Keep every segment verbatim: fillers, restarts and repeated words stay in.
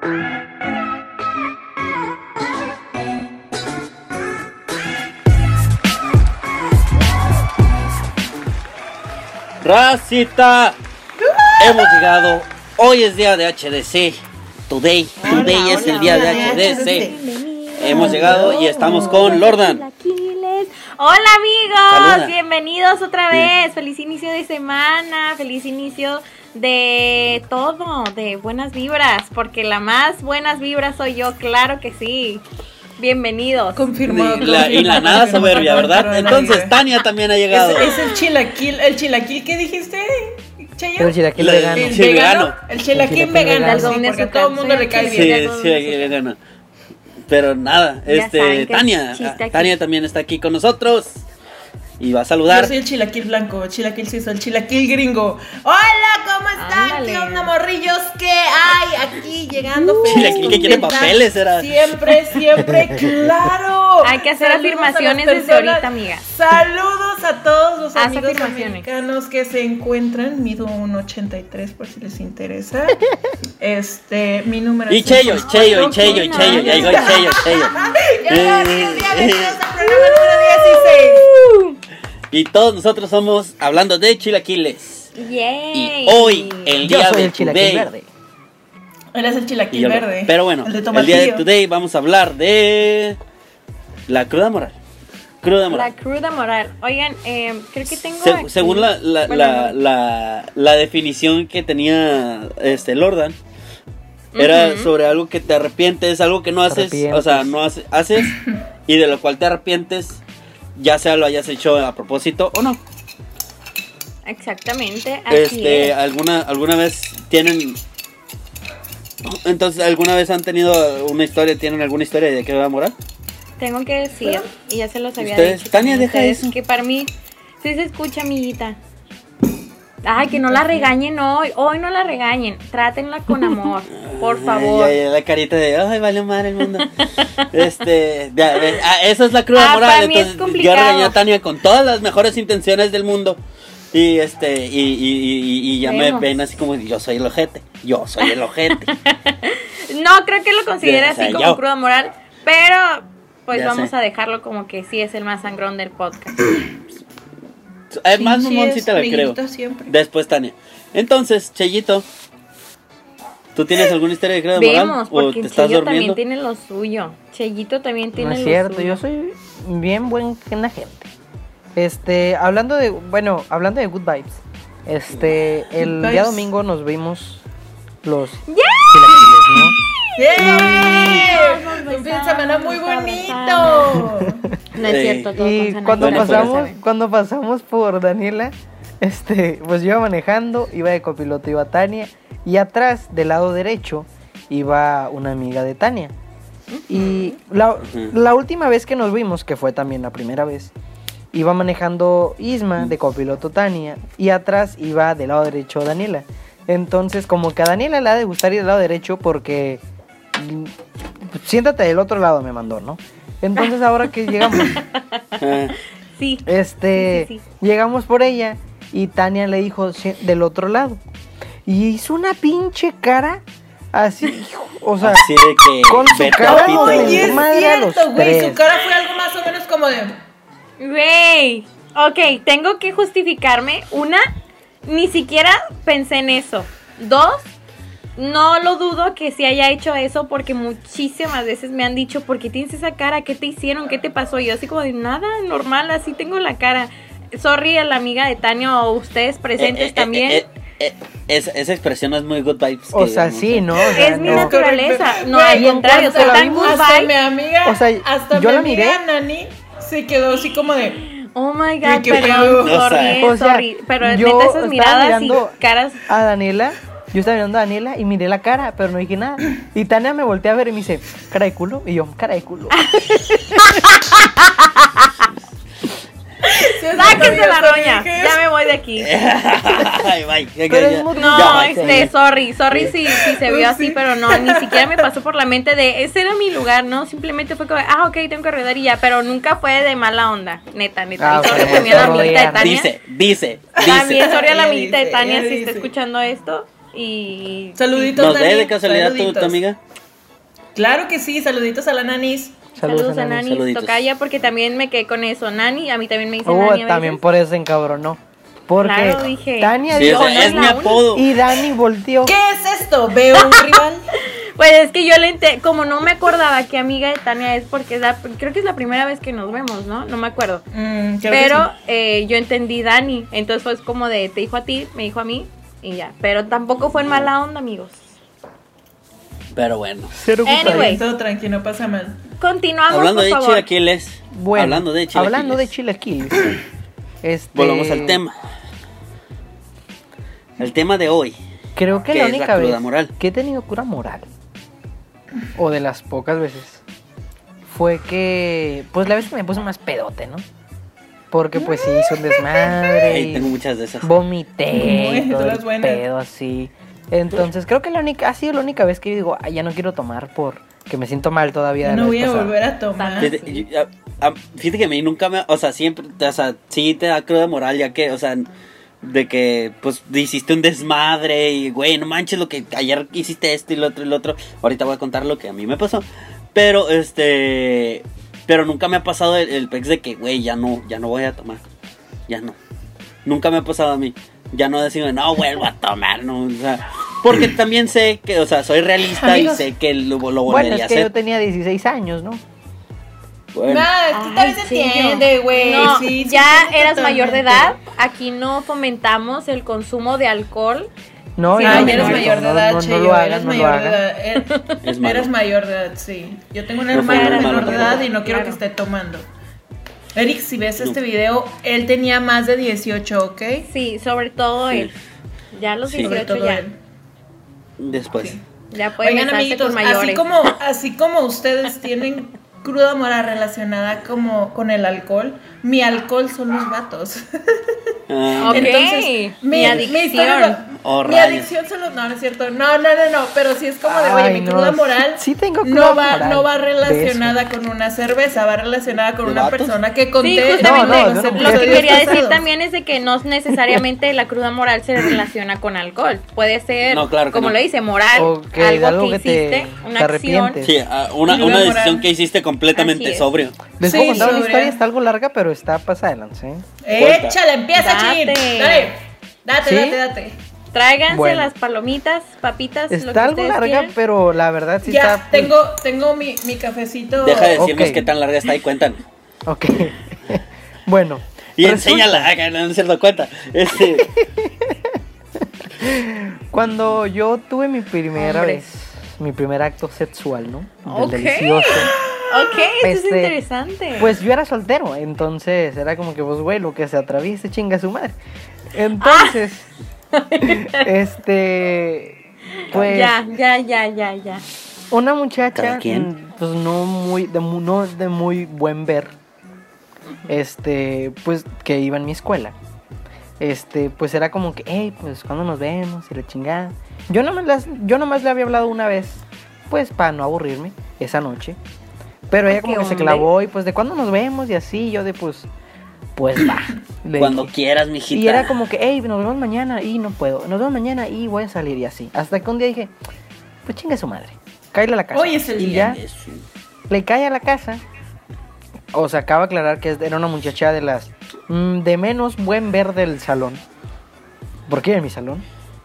Racita, hemos llegado. Hoy es día de H D C. Today, today hola, es hola, el día hola, de H D C. Bienvenido. Hemos llegado y estamos con Lordan. Hola amigos, Saluda. Bienvenidos otra vez. Feliz inicio de semana, feliz inicio de todo, de buenas vibras, porque la más buenas vibras soy yo, claro que sí. Bienvenidos. Confirmado. Y la, y la nada soberbia, ¿verdad? Entonces Tania también ha llegado. Es, es el chilaquil, el chilaquil que dijiste, Chayo. El chilaquil vegano. El vegano. El chilaquil vegano, sí, porque a todo el mundo le cae bien. Sí, sí, vegano. Pero nada, este Tania, Tania también está aquí con nosotros y va a saludar. Yo soy el chilaquil blanco, el chilaquil suizo, el chilaquil gringo. Hola, ¿cómo están? Ándale. ¿Qué onda, morrillos? ¿Qué hay aquí llegando? Uh, chilaquil que quiere papeles, era. Siempre, siempre, claro. Hay que hacer Saludos afirmaciones desde ahorita, amiga. Saludos a todos los Haz amigos americanos que se encuentran. Mido uno ochenta y tres por si les interesa. Este, mi número es. Y Cheyo, Cheyo, y Cheyo, y Cheyo, ya llegó Cheyo, Cheyo. Bienvenidos al programa número dieciséis. Y todos nosotros somos hablando de chilaquiles. Yay. Y hoy, el día Yo soy de el chilaquil Today, verde. Él es el chilaquil verde. Pero bueno, el, el día de Today vamos a hablar de la cruda moral. Cruda moral. La cruda moral. Oigan, eh, creo que tengo. Se, aquí, según la la, bueno, la, la la definición que tenía este Lordan, era uh-huh. sobre algo que te arrepientes, algo que no haces, o sea, no hace, haces y de lo cual te arrepientes, ya sea lo hayas hecho a propósito o no. Exactamente. Así este, es. alguna alguna vez tienen entonces alguna vez han tenido una historia, tienen alguna historia de cruda moral? Tengo que decir, y ya se los había ¿Ustedes? dicho. Tania, deja ustedes, eso. Que para mí sí se escucha, amiguita. Ay, que no la regañen hoy. Hoy no la regañen. Trátenla con amor, por favor. Ay, ay, la carita de, ay, vale madre el mundo. este, ya, ah, esa es la cruda ah, moral. Para mí Entonces, es yo regañé a Tania con todas las mejores intenciones del mundo. Y este, y, y, y, y ya Vemos. me ven así como, yo soy el ojete. Yo soy el ojete. No, creo que lo considere así o sea, como yo. cruda moral, pero pues ya vamos sé. a dejarlo como que sí es el más sangrón del podcast. Es más sí, mamón, sí te la creo. Siempre. Después Tania. Entonces, Cheyito, ¿tú tienes alguna historia de cruda moral? Vemos, porque o te estás Cheyo durmiendo? También tiene lo suyo. Cheyito también tiene no es lo cierto, suyo. Yo soy bien buena gente. Este, hablando de, bueno, hablando de good vibes. Este, el vibes. día domingo nos vimos los yeah. chilaquiles, ¿no? ¡Yeah! Un fin de semana muy bonito. No es cierto, todo y con cuando bueno, pasamos, cuando pasamos por Daniela, este, pues yo iba manejando, iba de copiloto, iba Tania, y atrás, del lado derecho, iba una amiga de Tania. Uh-huh. Y la, uh-huh. la última vez que nos vimos, que fue también la primera vez, iba manejando Isma, de copiloto Tania, y atrás iba del lado derecho Daniela. Entonces, como que a Daniela le ha de gustar ir del lado derecho porque siéntate del otro lado, me mandó, ¿no? Entonces ahora que llegamos, sí, este, sí, sí, sí. llegamos por ella y Tania le dijo del otro lado y hizo una pinche cara así, o sea, así de que con su cara, oye, es cierto, güey, su cara fue algo más o menos como de, güey, ok, tengo que justificarme. Una, ni siquiera pensé en eso. Dos, no lo dudo que sí haya hecho eso porque muchísimas veces me han dicho, ¿por qué tienes esa cara? ¿Qué te hicieron? ¿Qué te pasó? Y yo así como de nada, normal, así tengo la cara. Sorry a la amiga de Tania o ustedes presentes eh, eh, también. Eh, eh, eh, esa, esa expresión no es muy good vibes. O sea, sí, ¿no? O sea, es mi no. naturaleza. No, Güey, al contrario, soy tan good hasta vibes. mi amiga, o sea, hasta yo mi la miré. amiga Nani se quedó así como de... Oh my god, ¿Qué perdón, pedo? sorry, o sea, sorry, pero yo neta esas miradas y caras. A Daniela, yo estaba mirando a Daniela y miré la cara, pero no dije nada. Y Tania me voltea a ver y me dice, cara de culo, y yo, cara de culo. Sáquense la roña, ya me voy de aquí. Ay, bye. Pero es muy- No, Ya, este, sorry, sorry si, si se vio así, pero no, ni siquiera me pasó por la mente de, ese era mi lugar, ¿no? Simplemente fue como, ah, ok, tengo que rodar y ya, pero nunca fue de mala onda, neta, neta. Ah, Y sorry ok, también a la rodear. amiguita de Tania. Dice, dice, También dice. sorry a la Ella amiguita de dice, Tania ella si está dice. escuchando esto. Y... Saluditos, ¿Nos Dani, ve de casualidad tu, saluditos. tu amiga? Claro que sí, saluditos a la Nanis. Saludos, Saludos a Nani. Nani, Saluditos. tocaya, porque también me quedé con eso. Nani, a mí también me dicen Oh, Nani a veces. también por eso se encabronó. Porque Claro, dije. Tania Sí, dijo o sea, es no mi es la apodo. y Dani volteó. ¿Qué es esto? ¿Veo un rival? Pues es que yo le ente- como no me acordaba que amiga de Tania es porque es la- creo que es la primera vez que nos vemos, ¿no? No me acuerdo. Mm, creo que Pero sí. eh, yo entendí Dani, entonces fue como de te dijo a ti, me dijo a mí y ya. Pero tampoco fue en mala onda, amigos. Pero bueno. Cero Anyway. culpa. Bien, todo tranquilo, no pasa mal. Continuamos, Hablando por de favor. chilaquiles. Bueno, hablando de chilaquiles. hablando de chilaquiles. este, Volvamos al tema. El tema de hoy. Creo que ¿Qué la es la única cruda vez moral? que he tenido cura moral, o de las pocas veces, fue que, pues la vez que me puse más pedote, ¿no? Porque pues sí, hice un desmadre Ey, y tengo muchas de esas. vomité y Bueno, todo las el buenas. pedo así. Entonces creo que la única, ha sido la única vez que yo digo, ay, ya no quiero tomar porque me siento mal todavía. de No la voy vez a pasada. volver a tomar. Fíjate, yo- a- a- fíjate que a mí nunca me, o sea, siempre, o sea, sí te da cruda moral, ya que, o sea, de que, pues, hiciste un desmadre y, güey, no manches lo que ayer hiciste esto y lo otro y lo otro. Ahorita voy a contar lo que a mí me pasó, pero, este, pero nunca me ha pasado el, el pex de que, güey, ya no, ya no voy a tomar, ya no. Nunca me ha pasado a mí, ya no decirme, no vuelvo a tomar, no, o sea, porque también sé que, o sea, soy realista Amigos. y sé que lo, lo volvería Bueno, a es que hacer. yo tenía dieciséis años, ¿no? Bueno. Nah, es que Ay, también se sí, entiende, güey. No, Sí, sí, ya sí, eras mayor de totalmente. edad. Aquí no fomentamos el consumo de alcohol. No, Sí, y Ah, no, ya eres no, mayor de no, edad, no, no Cheyo, lo hagas, eres no lo mayor de hagas. edad. Er- Es malo. Eres mayor de edad, sí. Yo tengo una No fue hermana muy menor malo, de edad pero- y no quiero Claro. que esté tomando. Eric, si ves No. este video, él tenía más de dieciocho, ¿ok? Sí, sobre todo Sí. él. Ya a los Sí. Sobre dieciocho todo ya. él. Después. Sí. Ya pueden Oigan, besarse amiguitos, con mayores. así como, así como ustedes tienen cruda moral relacionada como con el alcohol, mi alcohol son los vatos. Ah, Ok. Entonces, Mi adicción. historia- Oh, mi rayos. adicción son los, no, no es cierto, no, no, no, no, pero sí es como de, oye, Ay, mi no, cruda sí- moral sí tengo cruda no va, moral no va de relacionada con una cerveza, va relacionada con ¿De una vatos? persona que Sí, conté. justamente No, no, en los yo no- lo que episodios quería decir pasados. también es de que no necesariamente la cruda moral se relaciona con alcohol. Puede ser, No, claro que como no. lo dice, moral, O que algo, algo que que te- hiciste, te una acción. arrepientes. Sí, ah, una, Cruda una moral. decisión que hiciste completamente Así es. sobrio. Les Sí, puedo contar una sobria. historia, está algo larga, pero está pasada adelante, ¿eh? Échale, empieza, Date. Chin. Dale, date, ¿Sí? date, date. Tráiganse Bueno. las palomitas, papitas, lo que Está algo ustedes larga, quieran. pero la verdad sí Ya, está... tengo, tengo mi, mi cafecito. Deja de decirnos Ok. qué tan larga está y cuéntanos. Ok. Bueno. Y resulta- enséñala, ah, que no se lo cuenta. Este, Cuando yo tuve mi primera Hombre. vez, mi primer acto sexual, ¿no? Del Ok. delicioso. Ok, esto es Este, interesante. Pues yo era soltero, entonces era como que, pues, güey, lo que se atraviese, chinga su madre. Entonces, este, pues, ya, ya, ya, ya, ya. una muchacha, ¿Cada quien? mm, pues, no muy, de, mu- no de muy buen ver, este, pues, que iba en mi escuela. Este, pues era como que, hey, pues, ¿cuándo nos vemos? Y la chingada. Yo nomás, las, yo nomás le había hablado una vez, pues, para no aburrirme, esa noche. Pero ella Ah, como qué que se hombre. clavó y pues, ¿de cuándo nos vemos? Y así, yo de, pues, pues, va. Le cuando dije. quieras, mijita. Y era como que, hey, nos vemos mañana y no puedo. Nos vemos mañana y voy a salir y así. Hasta que un día dije, pues chinga su madre. Cáele a la casa. Hoy es el y día. ya Eso. le cae a la casa. O sea, acaba de aclarar que era una muchacha de las mm, de menos buen ver del salón. ¿Por qué en mi salón?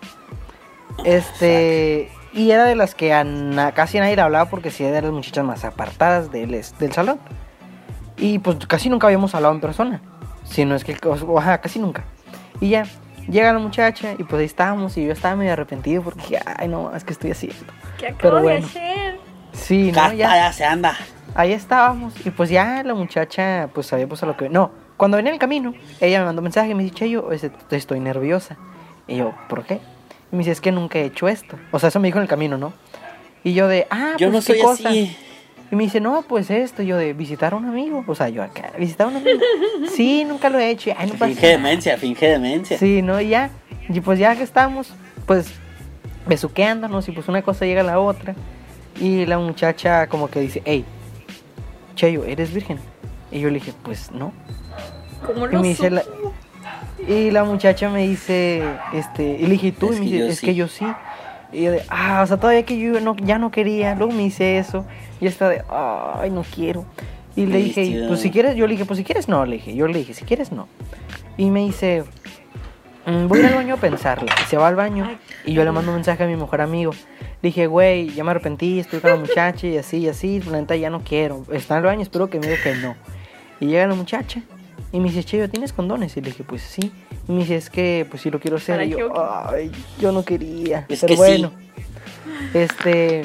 Este. Y era de las que a na- casi nadie le hablaba porque sí era de las muchachas más apartadas del, es- del salón. Y pues casi nunca habíamos hablado en persona. Si no es que, o- ajá, casi nunca. Y ya, llega la muchacha y pues ahí estábamos y yo estaba medio arrepentido porque dije, ay no, es que estoy haciendo. ¿Qué acabo Pero de bueno. hacer? Sí, ¿no? Casta, Ya, ya se anda. ahí estábamos y pues ya la muchacha pues sabía pues a lo que... No, cuando venía en el camino, ella me mandó un mensaje y me dice, Cheyo, este, estoy nerviosa. Y yo, ¿por qué? Y me dice, es que nunca he hecho esto. O sea, eso me dijo en el camino, ¿no? Y yo de, ah, Yo pues no qué soy cosa. así. Y me dice, no, pues esto, yo de visitar a un amigo. O sea, yo acá, visitar a un amigo. Sí, nunca lo he hecho. y, Ay, no pasa Finge nada. demencia, finge demencia. Sí, ¿no? Y ya, y pues ya que estamos, pues, besuqueándonos y pues una cosa llega a la otra. Y la muchacha como que dice, hey, Cheyo, ¿eres virgen? Y yo le dije, pues no. ¿Cómo Y no me dice supo? la, y la muchacha me dice, este, y le dije, ¿tú? Es y me que dice, yo es sí. que yo sí. Y yo de, ah, o sea, todavía que yo no, ya no quería, luego me hice eso. Y esta de, ay, no quiero. Y le dije, Bestia. pues si quieres, yo le dije, pues si quieres no, le dije, yo le dije, si quieres no. Y me dice, "Mm, voy a ir al baño a pensarlo". Y se va al baño y yo le mando un mensaje a mi mejor amigo. Le dije, güey, ya me arrepentí, estoy con la muchacha y así y así, la neta ya no quiero. Está en el baño, espero que me diga que no. Y llega la muchacha y me dice, che, ¿tienes condones? Y le dije, pues sí. Y me dice, es que pues sí lo quiero hacer. Para Y yo, choque. ay, yo no quería. Es Pero que bueno, este...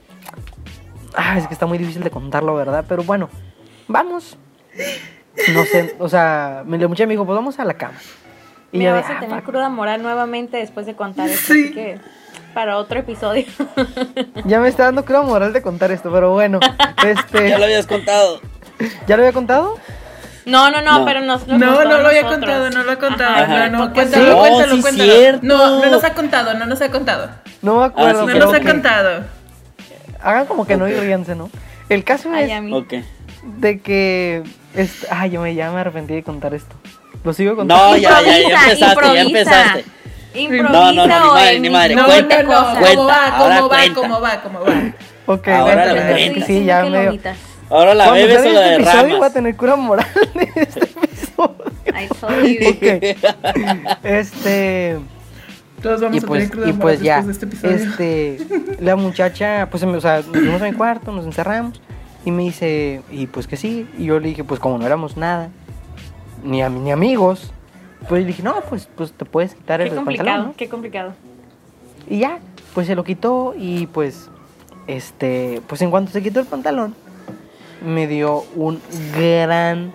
Ah, es que está muy difícil de contarlo, ¿verdad? Pero bueno, vamos. No sé, o sea, me, la muchacha me dijo, pues vamos a la cama. Y Me yo de, vas a ah, tener fuck. cruda moral nuevamente después de contar esto, Sí. así que para otro episodio. Ya me está dando cruda moral de contar esto, pero bueno. Este, Ya lo habías contado. ¿ya lo había contado? No, no, no, No. pero nos lo No, contó no a lo había nosotros. contado, no lo ha contado. Ajá, No, no, porque cuéntalo, sí. cuéntalo, Oh, sí, cuéntalo. cierto. No, no nos ha contado, no nos ha contado. No me acuerdo. Ah, sí, No pero nos ha ok. contado. Hagan como que no Ok. y ríanse, ¿no? El caso Ay, es a mí. Ok. de que... Este, ay, yo me, ya me arrepentí de contar esto. Lo sigo contando. No, ya, ya, ya Improvisa, empezaste, ya improvisa. empezaste. Improvisa No, no, no, ni o madre, en ni madre, No, cuenta, no, no, ¿cómo cuenta, va? ahora ¿Cómo va? cuenta. ¿Cómo va? ¿Cómo va? Ok, Ahora bueno, lo pues, cuenta. es que sí, ya me... Ahora la Cuando bebes o salga la este episodio voy a derramas. tener cura moral de este episodio. I told you. Ok. Este... Todos vamos Y a pues, tener cruda y pues moral ya, después de este episodio. este, la muchacha, pues, o sea, nos fuimos a mi cuarto, nos encerramos, y me dice, y pues que sí, y yo le dije, pues como no éramos nada, ni, a, ni amigos, pues le dije, no, pues, pues te puedes quitar Qué el complicado, pantalón, ¿no? qué complicado. Y ya, pues se lo quitó, y pues, este, pues en cuanto se quitó el pantalón, me dio un gran,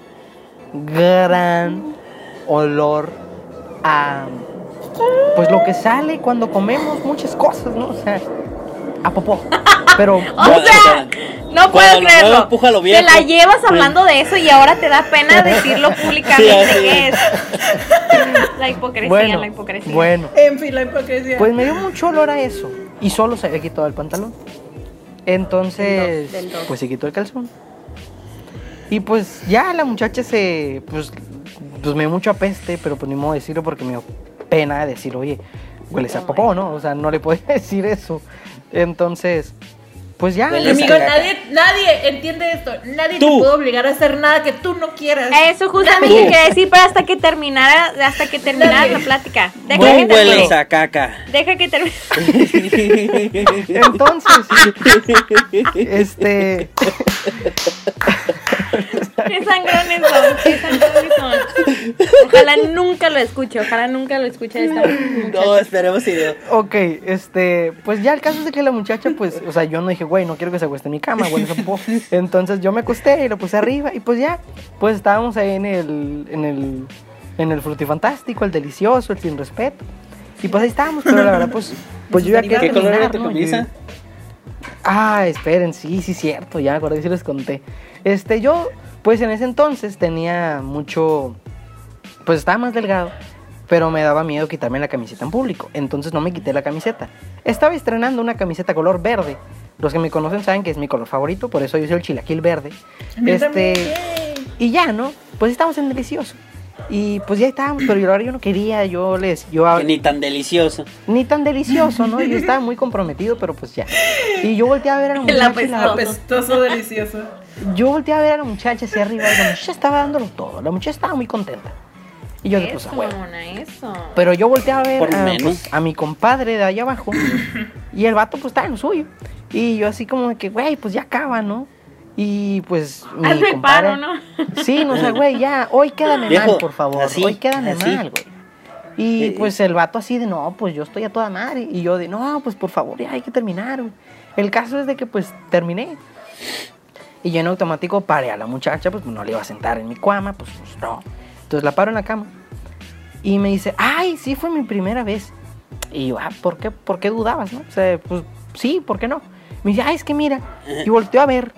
gran olor a... Pues lo que sale cuando comemos muchas cosas, ¿no? O sea, a popó. Pero, O sea, no puedo Cuando lo creerlo. muevo, empújalo Te bien, la pues. llevas hablando de eso y ahora te da pena decirlo públicamente. Sí, así ¿Qué es. es? La hipocresía, bueno, la hipocresía. bueno. En fin, la hipocresía. Pues me dio mucho olor a eso. Y solo se había quitado el pantalón. Entonces, Del dos, del dos. pues se quitó el calzón. Y pues ya la muchacha se, pues, pues me dio mucho apeste, pero pues ni modo de decirlo porque me dio pena decir, oye, hueles a popó, ¿no? O sea, no le podía decir eso. Entonces, pues ya. Hueles Amigo, a caca. nadie, nadie entiende esto. Nadie Tú. te puede obligar a hacer nada que tú no quieras. Eso justamente Tú. quería decir, pero hasta que terminara, hasta que terminara Nadie. la plática. Deja Tú que termine. hueles a caca. Deja que termine. Entonces, este, Qué sangrones son, qué sangrones son. Ojalá nunca lo escuche, ojalá nunca lo escuche esta muchacha. No, esperemos y no. ok, este, pues ya el caso es de que la muchacha, pues, o sea, yo no dije, güey, no quiero que se acueste en mi cama, güey, ese popó. Entonces yo me acosté y lo puse arriba y pues ya, pues estábamos ahí en el, en el, en el frutifantástico, el delicioso, el sin respeto. Y pues ahí estábamos, pero la verdad, pues, pues yo ya quería ¿Qué color era terminar, tu ¿no? camisa? Yo- Ah, esperen, sí, sí, cierto, ya me acordé que sí les conté. Este, yo, pues en ese entonces tenía mucho, pues estaba más delgado, pero me daba miedo quitarme la camiseta en público, entonces no me quité la camiseta. Estaba estrenando una camiseta color verde. Los que me conocen saben que es mi color favorito, por eso yo soy el chilaquil verde. A mí Este, también. y ya, ¿no? Pues estábamos en delicioso. Y pues ya estábamos, pero yo ahora yo no quería, yo les, yo Que ni tan delicioso. ni tan delicioso, ¿no? Yo estaba muy comprometido, pero pues ya. Y yo volteé a ver a la El muchacha y la- Apestoso, delicioso. yo volteé a ver a la muchacha hacia arriba y la muchacha estaba dándolo todo. La muchacha estaba muy contenta. Y yo de pues, Eso, ah, bueno. mamona, eso. Pero yo volteé a ver Por a, menos. pues, a mi compadre de allá abajo. Y el vato pues estaba en lo suyo. Y yo así como de que, güey, pues ya acaba, ¿no? Y pues mi Hazme compadre... paro, ¿no? Sí, no sé, güey, ya, hoy quédame Viejo, mal, por favor. así, hoy quédame así. mal, güey. Y Eh, pues el vato así de, no, pues yo estoy a toda madre. Y yo de, no, pues por favor, ya hay que terminar, güey. El caso es de que pues terminé. Y yo en automático paré a la muchacha, pues no le iba a sentar en mi cama, pues, pues no. Entonces la paro en la cama. Y me dice, ay, sí, fue mi primera vez. Y yo, ah, ¿por qué, por qué dudabas, no? O sea, pues sí, ¿por qué no? Me dice, ay, es que mira. Y volteó a ver.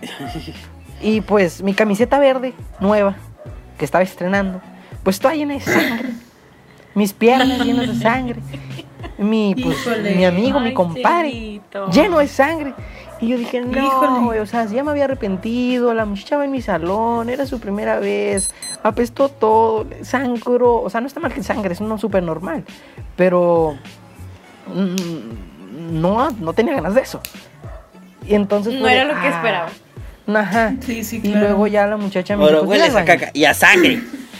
Y pues mi camiseta verde, nueva, que estaba estrenando, pues toda llena de sangre. Mis piernas llenas de sangre. Mi, pues, Híjole. mi amigo, mi Ay, compadre, cielito. lleno de sangre. Y yo dije, no, Híjole. güey, o sea, ya me había arrepentido, la muchacha va en mi salón, era su primera vez, apestó todo, sangró, o sea, no está mal que sangre, es uno súper normal, pero mm, no, no tenía ganas de eso. Y entonces... No era lo que esperaba. Ajá. Sí, sí, Y claro. luego ya la muchacha me Ahora dijo, "Pues, hueles ve a al baño". caca y a sangre.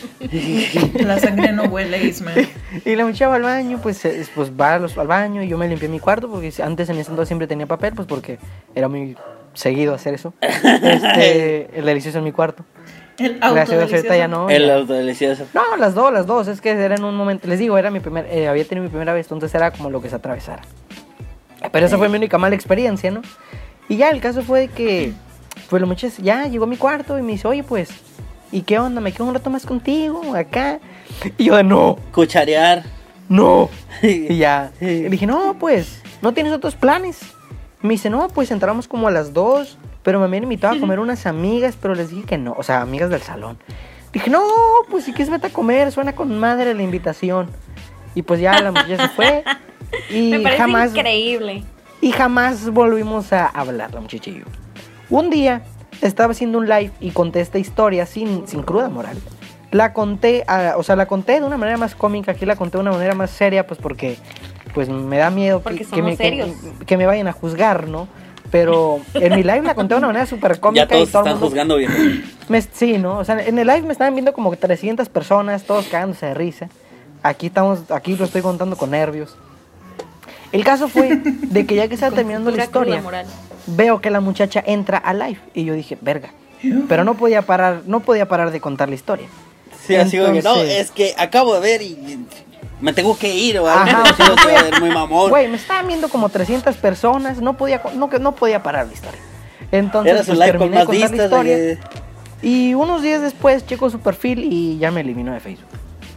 La sangre no huele, Ismael. Y la muchacha va al baño, pues, es- pues va a los- al baño y yo me limpié mi cuarto porque antes en ese entonces siempre tenía papel, pues porque era muy seguido hacer eso. Este, el delicioso en mi cuarto. El Gracias a Dios ahorita autodelicioso. ya no. El ya- autodelicioso. No, las dos, las dos. Es que era en un momento. Les digo, era mi primer. eh, había tenido mi primera vez, entonces era como lo que se atravesara. Pero esa fue mi única mala experiencia, ¿no? Y ya el caso fue de que. Pues la muchacha ya llegó a mi cuarto y me dice, oye, pues. ¿Y qué onda? ¿Me quedo un rato más contigo? Acá. Y yo de no, Cucharear. no. Y ya. Le dije, no, pues. ¿No tienes otros planes? Me dice, no, pues entramos como a las dos. Pero me habían invitado a comer unas amigas, pero les dije que no. O sea, amigas del salón. Dije, no, pues si quieres vete a comer, suena con madre la invitación. Y pues ya la muchacha se fue. Y Me parece jamás, increíble. y jamás volvimos a hablar, la muchacha y yo. Un día estaba haciendo un live y conté esta historia sin, sin cruda moral. La conté, a- o sea, la conté de una manera más cómica, aquí la conté de una manera más seria, pues porque pues me da miedo Porque que, que somos me, que- serios. que me vayan a juzgar, ¿no? Pero en mi live la conté de una manera súper cómica. Ya todos y todo el están mundo- juzgando, viejo. me- sí, ¿no? O sea, en el live me estaban viendo como trescientas personas, todos cagándose de risa. Aquí estamos, aquí lo estoy contando con nervios. El caso fue de que ya que estaba terminando la Pura cruda historia, moral. veo que la muchacha entra al live y yo dije, verga. Pero no podía parar, no podía parar de contar la historia. Sí, así como que no, Entonces- es que acabo de ver y me tengo que ir o algo. Ajá, así, o sea, no o sea, podía- es muy mamón. Güey, me estaban viendo como trescientas personas, no podía, no, no podía parar la historia. Entonces, Era su pues, live con terminé de más contar la vistas. historia. de- Y unos días después checo su perfil y ya me eliminó de Facebook.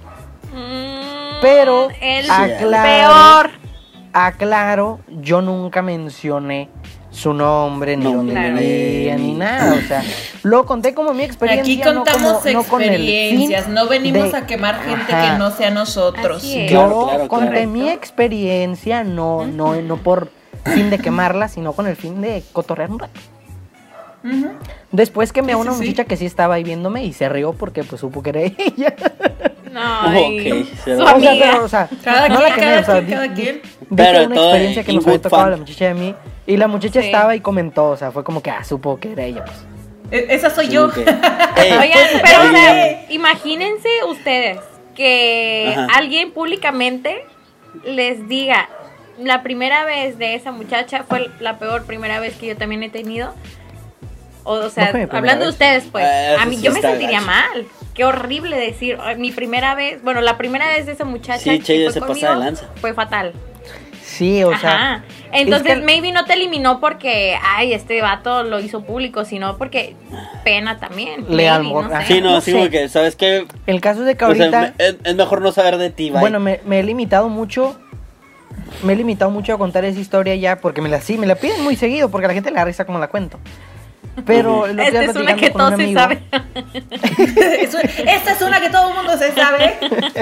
Mm, Pero el aclaro, peor. aclaro, yo nunca mencioné su nombre, ni No, dónde claro. vivía, ni nada. O sea, lo conté como mi experiencia. Aquí no contamos como- no con el fin experiencias, no venimos de- a quemar gente Ajá. que no sea nosotros. Así es. Yo Claro, claro, conté claro. mi experiencia, no, no, no por fin de quemarla, sino con el fin de cotorrear un rato. Ujú. Después que me Sí, a una sí, sí. muchacha que sí estaba ahí viéndome y se rió porque pues supo que era ella. No, ay, Ok, se su va. O sea, amiga. pero, o sea, Cada no quien, la quemé, cada o sea, quien, di- cada di- quien. di Pero que era una todo experiencia que in nos había good tocado a fun. la muchacha y a mí. Y la muchacha Sí. estaba y comentó, o sea, fue como que, ah, supo que era ella, pues. E- Esa soy Sí, yo. que- Ey, Oigan, pero o oye, sea, imagínense ustedes que Ajá. alguien públicamente les diga, la primera vez de esa muchacha fue la peor primera vez que yo también he tenido. O, o sea, No fue mi primera hablando de vez. ustedes, pues, Ah, eso a mí sí yo me está sentiría gacho. mal. Qué horrible decir, "Ay, mi primera vez, bueno, la primera vez de esa muchacha Sí, que Cheyo fue se pasa conmigo, de lanza. fue fatal. Sí, o sea. Ajá. Entonces, es que- maybe no te eliminó porque, ay, este vato lo hizo público, sino porque pena también. Le maybe, algo- no sé. ajá. Sí, no, No así sé. como que, ¿sabes qué? El caso es de que O sea, ahorita. me- es, es mejor no saber de ti, bye. Bueno, me, me he limitado mucho. Me he limitado mucho a contar esa historia ya, porque me la sí, me la piden muy seguido, porque a la gente le da risa como la cuento. Pero el otro Esta día es una platicando que con un todos se amigo, sabe. Eso- Esta es una que todo el mundo se sabe.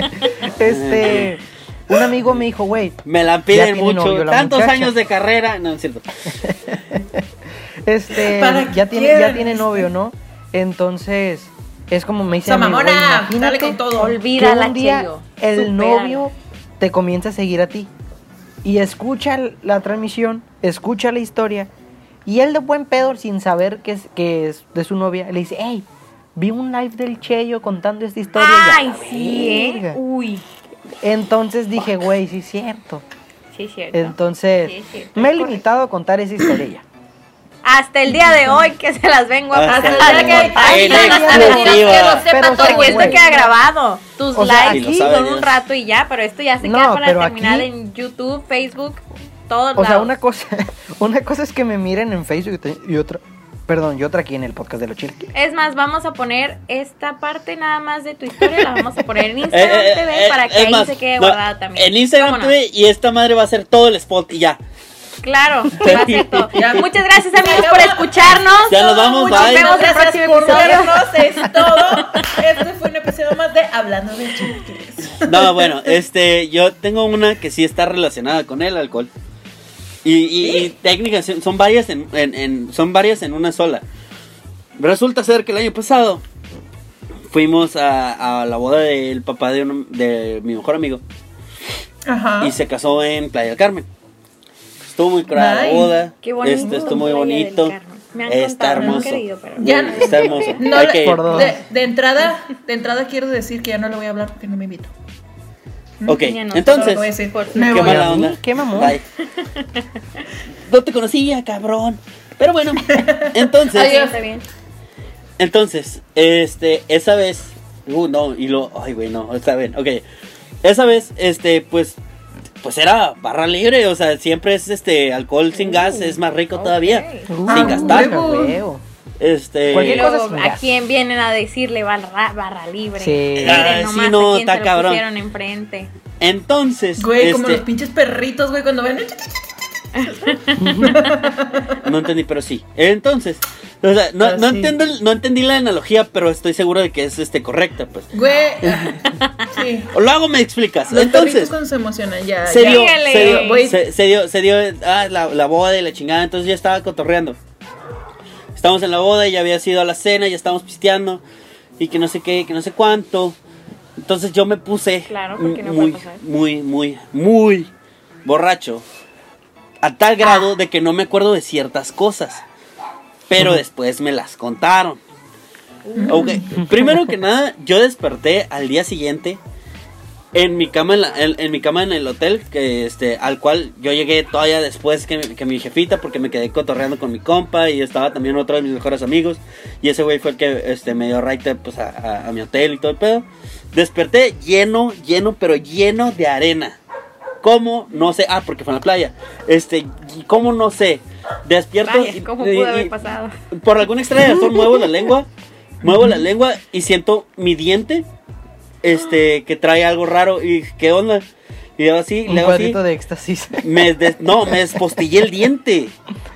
Este, un amigo me dijo, güey, Me la Ya piden tiene mucho. novio la Tantos muchacha. años de carrera. No, es cierto. este, ¿Para qué ya tiene, quieren ya tiene esto? novio, ¿no? Entonces, es como me dice, Esa a mí, güey, mamona, imagínate dale con todo. que Olvídala, un día Cheyo. el Supérala. novio te comienza a seguir a ti y escucha la transmisión, escucha la historia y él de buen pedo sin saber que es, que es de su novia le dice, hey, vi un live del Cheyo contando esta historia. y a Ay, la sí, ¿eh? verga. Uy. Entonces dije, güey, sí es cierto. Sí, es cierto. Entonces, Sí, es cierto, me he es limitado a contar esa historia ya. Hasta el día de hoy que se las vengo a Hasta pasar. el que- día de hoy. Ay, En no, no exclusiva. saben, que lo sepa Pero, todo, porque güey, esto queda grabado. Tus O sea, likes aquí- lo sabe son un Dios. rato y ya, pero esto ya se No, queda para pero terminar aquí- en YouTube, Facebook, todos O sea, lados. una cosa, una cosa es que me miren en Facebook y te- y otra, perdón, y otra aquí en el podcast de los chilequiles. Es más, vamos a poner esta parte nada más de tu historia, la vamos a poner en Eh, Instagram eh, T V eh, para que es ahí más, se quede no, guardada también. En Instagram ¿Cómo no? T V y esta madre va a ser todo el spot y ya. Claro, va a ser todo. Ya. Muchas gracias amigos Ya por acabó. escucharnos. Ya nos vamos, Muchas bye. Nos vemos el gracias próximo por episodio. vernos, es todo. Este fue un episodio más de Hablando de Chilequiles. No, bueno, este, yo tengo una que sí está relacionada con el alcohol. Y, y, y técnicas son- son varias en, en- en- son varias en una sola. Resulta ser que el año pasado fuimos a, a la boda del papá de, uno- de mi mejor amigo Ajá. y se casó en Playa del Carmen. estuvo muy curada la boda. Qué bonito. Este, estuvo muy bonito. Me han Está contado, no han hermoso. querido, pero... Ya, Está hermoso. no Hay le- que ir. Por dos. de, de entrada, de entrada quiero decir que ya no le voy a hablar porque no me invito. Ok, Ya no, entonces, Solo voy a decir, por- me qué voy. mala ¿A mí? onda. ¿Qué mamón? Bye. No te conocía, cabrón. Pero bueno, entonces, Adiós. Está bien. entonces, este, esa vez, uh, no, y lo, ay, güey, no, está bien, ok. Esa vez, este, pues, pues era barra libre, o sea, siempre es, este, alcohol sin gas, es más rico todavía, Uh, sin gastar. huevo. huevo. Este, Y Cualquier cosa luego, sin ¿a gas. quién vienen a decirle barra, barra libre? Sí. Miren Ah, sí, nomás no, a quién está se lo cabrón. pusieron enfrente. entonces, Güey, como este, los pinches perritos, güey, cuando ven. no entendí, pero sí. Entonces, o sea, no, Ah, no sí. entiendo, el- no entendí la analogía, pero estoy seguro de que es, este, correcta, pues. Güey, sí. O luego me explicas. Los Entonces, perritos cuando se emocionan, ya. se ya. dio, Síguele. se dio, Voy- se, se dio, se dio ah, la, la boda y la chingada, entonces ya estaba cotorreando. Estamos en la boda, ya había sido a la cena, ya estábamos pisteando, y que no sé qué, que no sé cuánto. Entonces yo me puse Claro, porque no muy, puede pasar. muy, muy, muy borracho. A tal grado de que no me acuerdo de ciertas cosas. Pero después me las contaron. Ok, primero que nada, yo desperté al día siguiente en mi cama en, la- en- en mi cama en el hotel, que este, al cual yo llegué todavía después que, mi- que mi jefita, porque me quedé cotorreando con mi compa y estaba también otro de mis mejores amigos, y ese güey fue el que este, me dio raite pues, a, a- a mi hotel y todo el pedo. Desperté lleno, lleno, pero lleno de arena. ¿Cómo? No sé. Ah, porque fue en la playa. Este, ¿cómo? No sé. Despierto Vaya, y- ¿cómo y- pudo haber y- pasado? por alguna extraña razón muevo la lengua, muevo la lengua y siento mi diente, este, que trae algo raro y ¿qué onda? Y luego así, Un luego así, cuadrito de éxtasis. me des- no, me despostillé el diente.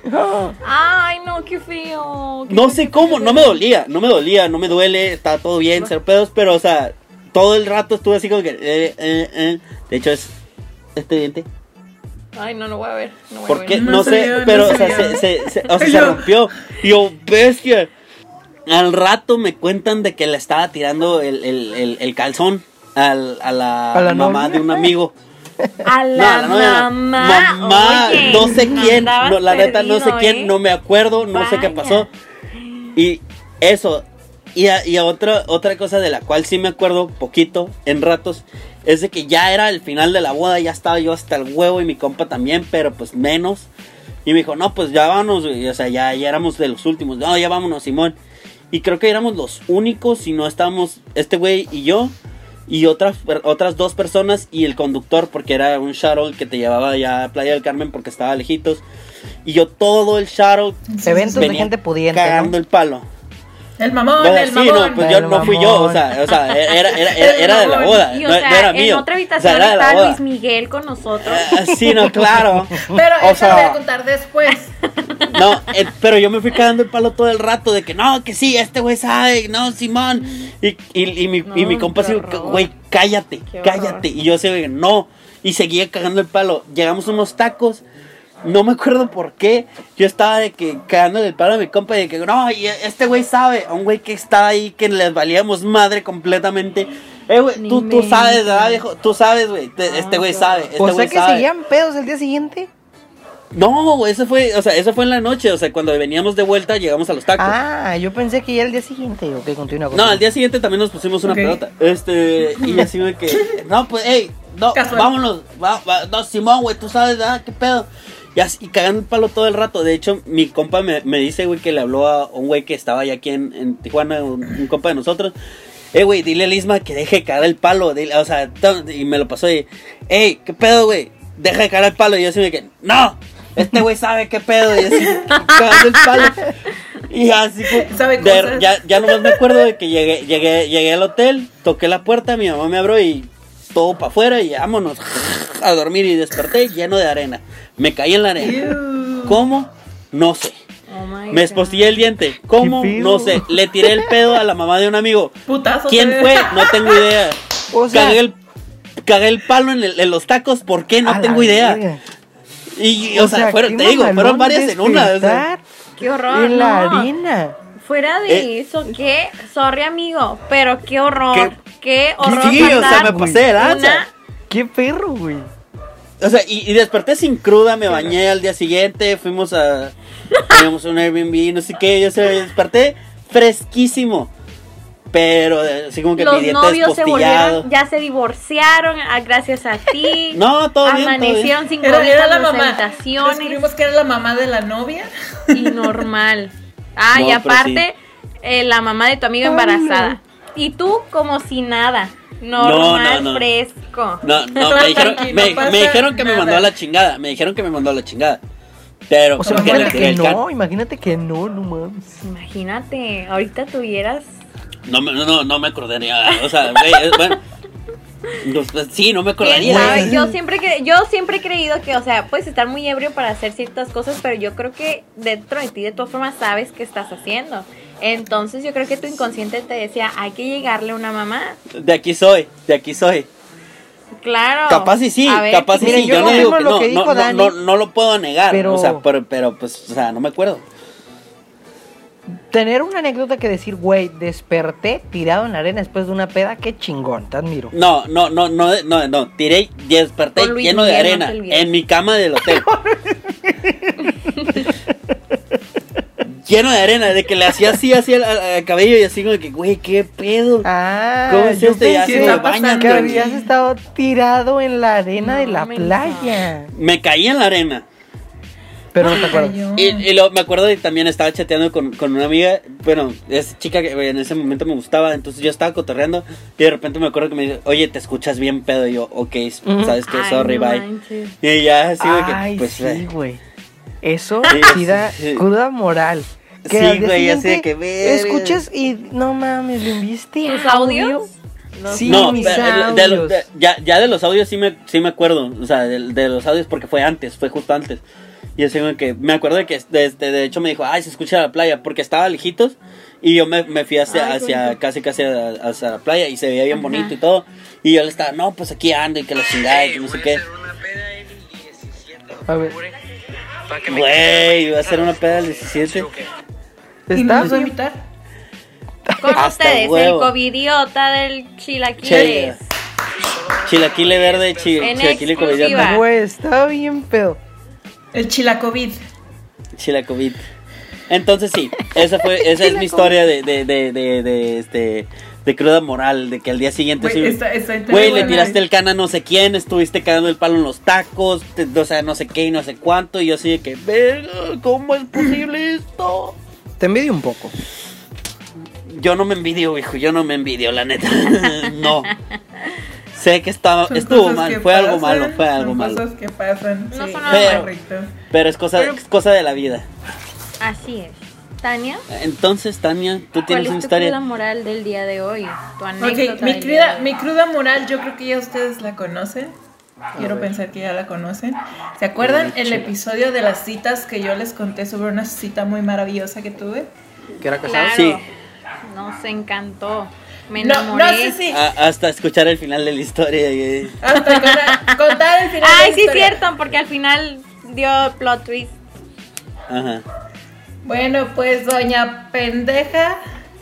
Ay, no, qué feo. Qué No feo, sé qué cómo, feo. no me dolía, no me dolía, no me duele, está todo bien, cero pedos, pero o sea, todo el rato estuve así como que, eh, eh, eh. De hecho es este diente. Ay, no, no voy a ver. No voy a ¿Por ver. qué? No No, se sé, vio, no pero se o sea, vio. se, se, se- o sea, Ay, se yo. rompió. Y yo, bestia. Al rato me cuentan de que le estaba tirando el, el, el, el calzón al, a la, ¿A la mamá novia? de un amigo. A la, No, novia no. mamá. Mamá, Oye, no sé quién, andabas no, la neta no sé perdido, quién, ¿eh? no me acuerdo, no sé qué Vaya. pasó. Y eso, y, a- y a otra, otra cosa de la cual sí me acuerdo poquito, en ratos, es de que ya era el final de la boda, ya estaba yo hasta el huevo y mi compa también, pero pues menos. Y me dijo, no, pues ya vámonos, güey, o sea, ya, ya éramos de los últimos, no, ya vámonos, Simón. Y creo que éramos los únicos, si no estábamos este güey y yo, y otras, otras dos personas y el conductor, porque era un shuttle que te llevaba ya a Playa del Carmen porque estaba lejitos. Y yo todo el shuttle Eventos de venía gente pudiente, cagando ¿no? el palo. El mamón, O sea, el sí, mamón. no, pues yo El no fui yo, o mamón. sea, o sea era, era, era, era de la boda, Y no, o sea, no era en mío. otra O habitación sea, era de la está boda. Luis Miguel con nosotros. Ah, sí, no, claro. Pero O eso sea, lo voy a contar después. no, eh, pero yo me fui cagando el palo todo el rato de que no, que sí, este güey sabe, no, Simón. Y, y, y mi, y mi No, compa qué así, horror. güey, cállate, Qué cállate. horror. Y yo así, no. Y seguía cagando el palo. Llegamos a unos tacos. No me acuerdo por qué. Yo estaba de que cagándole el palo a mi compa y de que no, y este güey sabe. Un güey que estaba ahí que les valíamos madre completamente. Eh, güey, Ni tú, tú mente. sabes, ¿verdad, viejo? Tú sabes, güey. Te- Este güey qué sabe. horror. Este O sea güey que sabe. seguían pedos el día siguiente. No, güey, eso fue, o sea, eso fue en la noche. O sea, cuando veníamos de vuelta llegamos a los tacos. Ah, yo pensé que ya era el día siguiente. Ok, continúa. No, continúa. al día siguiente también nos pusimos una Ok. pelota. Este, y así de que, no, pues, hey, no, Casual. vámonos, va, va, no, Simón, güey, tú sabes, ¿verdad? ¿Qué pedo? Y, así, y cagando el palo todo el rato. De hecho, mi compa me, me dice, güey, que le habló a un güey que estaba allá aquí en, en Tijuana, un, un compa de nosotros. Eh, güey, dile a Lisma que deje de cagar el palo. Dile, o sea, to- y me lo pasó y, hey, ¿qué pedo, güey? Deja de cagar el palo. Y yo así me quedé, no, este güey sabe qué pedo. Y así, cagando el palo. Y así fue. Sabe de- cosas. ya, ya nomás me acuerdo de que llegué, llegué, llegué al hotel, toqué la puerta, mi mamá me abrió y todo para afuera y vámonos a dormir. Y desperté lleno de arena. Me caí en la arena. Ew. ¿Cómo? No sé. Oh my Me God. espostillé el diente. ¿Cómo? ¿Qué pedo? No sé. Le tiré el pedo a la mamá de un amigo. Putazo. ¿Quién te- fue? No tengo idea. O sea, Cagué el, cagué el palo en, el- en los tacos. ¿Por qué? a No la tengo idea. verga. Y, o, sea, fueron, qué te digo, fueron mamalón varias en una. o sea. despertar Qué horror. En la no. harina. Fuera de Eh. eso, qué, sorry amigo, pero qué horror. ¿Qué? Qué, horror. Sí, o sea, pasar me pasé de lanza. una- Qué perro, güey. O sea, y, y desperté sin cruda, me bañé al día siguiente, fuimos a... Teníamos un Airbnb, no sé qué, yo se desperté fresquísimo. Pero así como que los mi dieta novios se despostillado. volvieron, ya se divorciaron a, gracias a ti. No, todo bien, todo Amanecieron bien. sin Era, COVID era en la las mamá. habitaciones. Descubrimos que era la mamá de la novia. Y normal. Ah, No, y pero aparte, eh, la mamá de tu amiga embarazada. Y tú como si nada. Normal, no, no. fresco. No, no, Todo me dijeron, tranquilo, me, no pasa me dijeron que me nada. mandó a la chingada. Me dijeron que me mandó a la chingada. Pero O sea, como que le imagínate tiré que el can. no, imagínate que no, no mames. Imagínate, ahorita tuvieras. No, me- no, no me acordaría. O sea, güey, es- bueno. no, pues, sí, no me ¿Quién acordaría. sabe? Yo siempre que yo siempre he creído que, o sea, puedes estar muy ebrio para hacer ciertas cosas, pero yo creo que dentro de ti de todas formas sabes qué estás haciendo. Entonces yo creo que tu inconsciente te decía, hay que llegarle a una mamá. De aquí soy, de aquí soy. Claro. Capaz y sí, A ver, capaz y miren, sí. yo Yo no confirmo digo que lo no, que no, dijo no, Dani, no, no lo puedo negar. pero- O sea, pero, pero pues, o sea, no me acuerdo. Tener una anécdota que decir, güey, desperté tirado en la arena después de una peda, qué chingón, te admiro. No, no, no, no, no, no. Tiré y desperté Con Luis lleno de Miguel, no arena te olvides. en mi cama del hotel. Lleno de arena, de que le hacía así, así al, al- al cabello y así como que, güey, qué pedo. Ah, ¿Cómo es yo esto? Ya pensé se bañan, que güey. habías estado tirado en la arena No, de la mensa. playa. Me caí en la arena. Pero no te acuerdas. Cayó. Y, y lo, me acuerdo que también estaba chateando con, con una amiga. Bueno, es chica que en ese momento me gustaba. Entonces yo estaba cotorreando. Y de repente me acuerdo que me dice, oye, te escuchas bien pedo. Y yo, ok, Ujú. sabes que, Ay, sorry, no bye. manches. Y ya así de que, Ay, pues, sí, eh, güey. Eso Sí, sí da sí. cruda moral. Que Sí, al día güey, así de siguiente que, verga. escuches y no mames, ¿le enviaste ¿Tus audio? audios? Los- Sí, no, mis de- de- de- audios. de- ya, ya de los audios sí me, sí me acuerdo. O sea, de, de los audios porque fue antes, fue justo antes. Y así como que me acuerdo de que de, de, de hecho me dijo, ay, se escucha la playa, porque estaba lejitos. Y yo me, me fui hacia, Ay, qué hacia bonito. casi casi a- hacia la playa y se veía bien Ajá. bonito y todo. Y yo le estaba, no, pues aquí ando y que la chingada y que no sé qué. A ver, Güey, iba a ser una peda del diecisiete. ¿Y no está nos va a bien. invitar? Con Hasta ustedes, el huevo. covidiota del Che, chilaquiles. chilaquile verde, chi, En chilaquile exclusiva. covidiota. Güey, está bien pedo. El chilacovid. Chilacovid. Entonces sí, esa fue, esa es mi historia de, de, de, de, de, este, de cruda moral, de que al día siguiente Güey, sí, está- está güey, interesante. le tiraste el can a no sé quién, estuviste cagando el palo en los tacos, te- o sea, no sé qué y no sé cuánto, y yo así de que, verga, ¿cómo es posible esto? Te envidio un poco. Yo no me envidio, hijo, yo no me envidio, la neta, no. Sé que estaba, Son estuvo cosas mal, que fue algo pasan, malo, fue algo son malo, cosas que pasan. No sí, son algo malo. correcto. pero es cosa, Pero- es cosa de la vida. Así es. Tania, Entonces, Tania, tú ¿cuál tienes es una tu historia. cruda moral del día de hoy? Tu anécdota Ok, mi del día cruda, de hoy. mi cruda moral, yo creo que ya ustedes la conocen. Quiero ver. pensar que ya la conocen. ¿Se acuerdan el episodio de las citas que yo les conté sobre una cita muy maravillosa que tuve? ¿Que era casado? Claro. Sí. Nos encantó. Me No, enamoré. no sé si. A- hasta escuchar el final de la historia. y- Hasta contar, contar el final. de Ay, la sí, historia. cierto, porque al final dio plot twist. Ajá. Bueno, pues doña pendeja,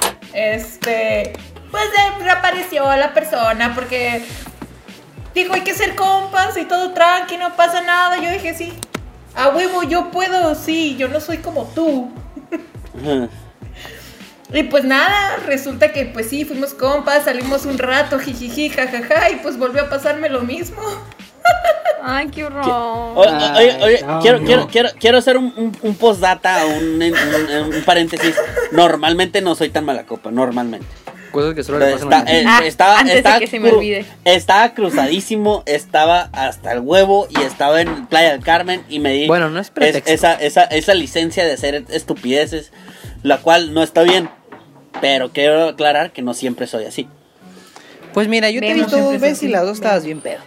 este, pues eh, reapareció la persona porque dijo hay que ser compas y todo tranqui, no pasa nada. Yo dije sí, a huevo yo puedo, sí, yo no soy como tú. Ajá. Y pues nada, resulta que pues sí, fuimos compas, salimos un rato, jijiji, jajaja, y pues volvió a pasarme lo mismo. Ay, qué horror. O- o- Oye, oye, no, quiero, no. quiero, quiero, quiero hacer un, un, un postdata, un, un, un paréntesis. Normalmente no soy tan mala copa, normalmente. Cosas que solo le pasan Está- a eh, mí. Ah, estaba, antes de estaba que se me cru- olvide. estaba cruzadísimo, estaba hasta el huevo y estaba en Playa del Carmen y me di Bueno, no es pretexto. esa, esa, esa licencia de hacer estupideces, la cual no está bien, pero quiero aclarar que no siempre soy así. Pues mira, yo te he Vemos visto siempre dos veces así. y las dos estabas bien pedo.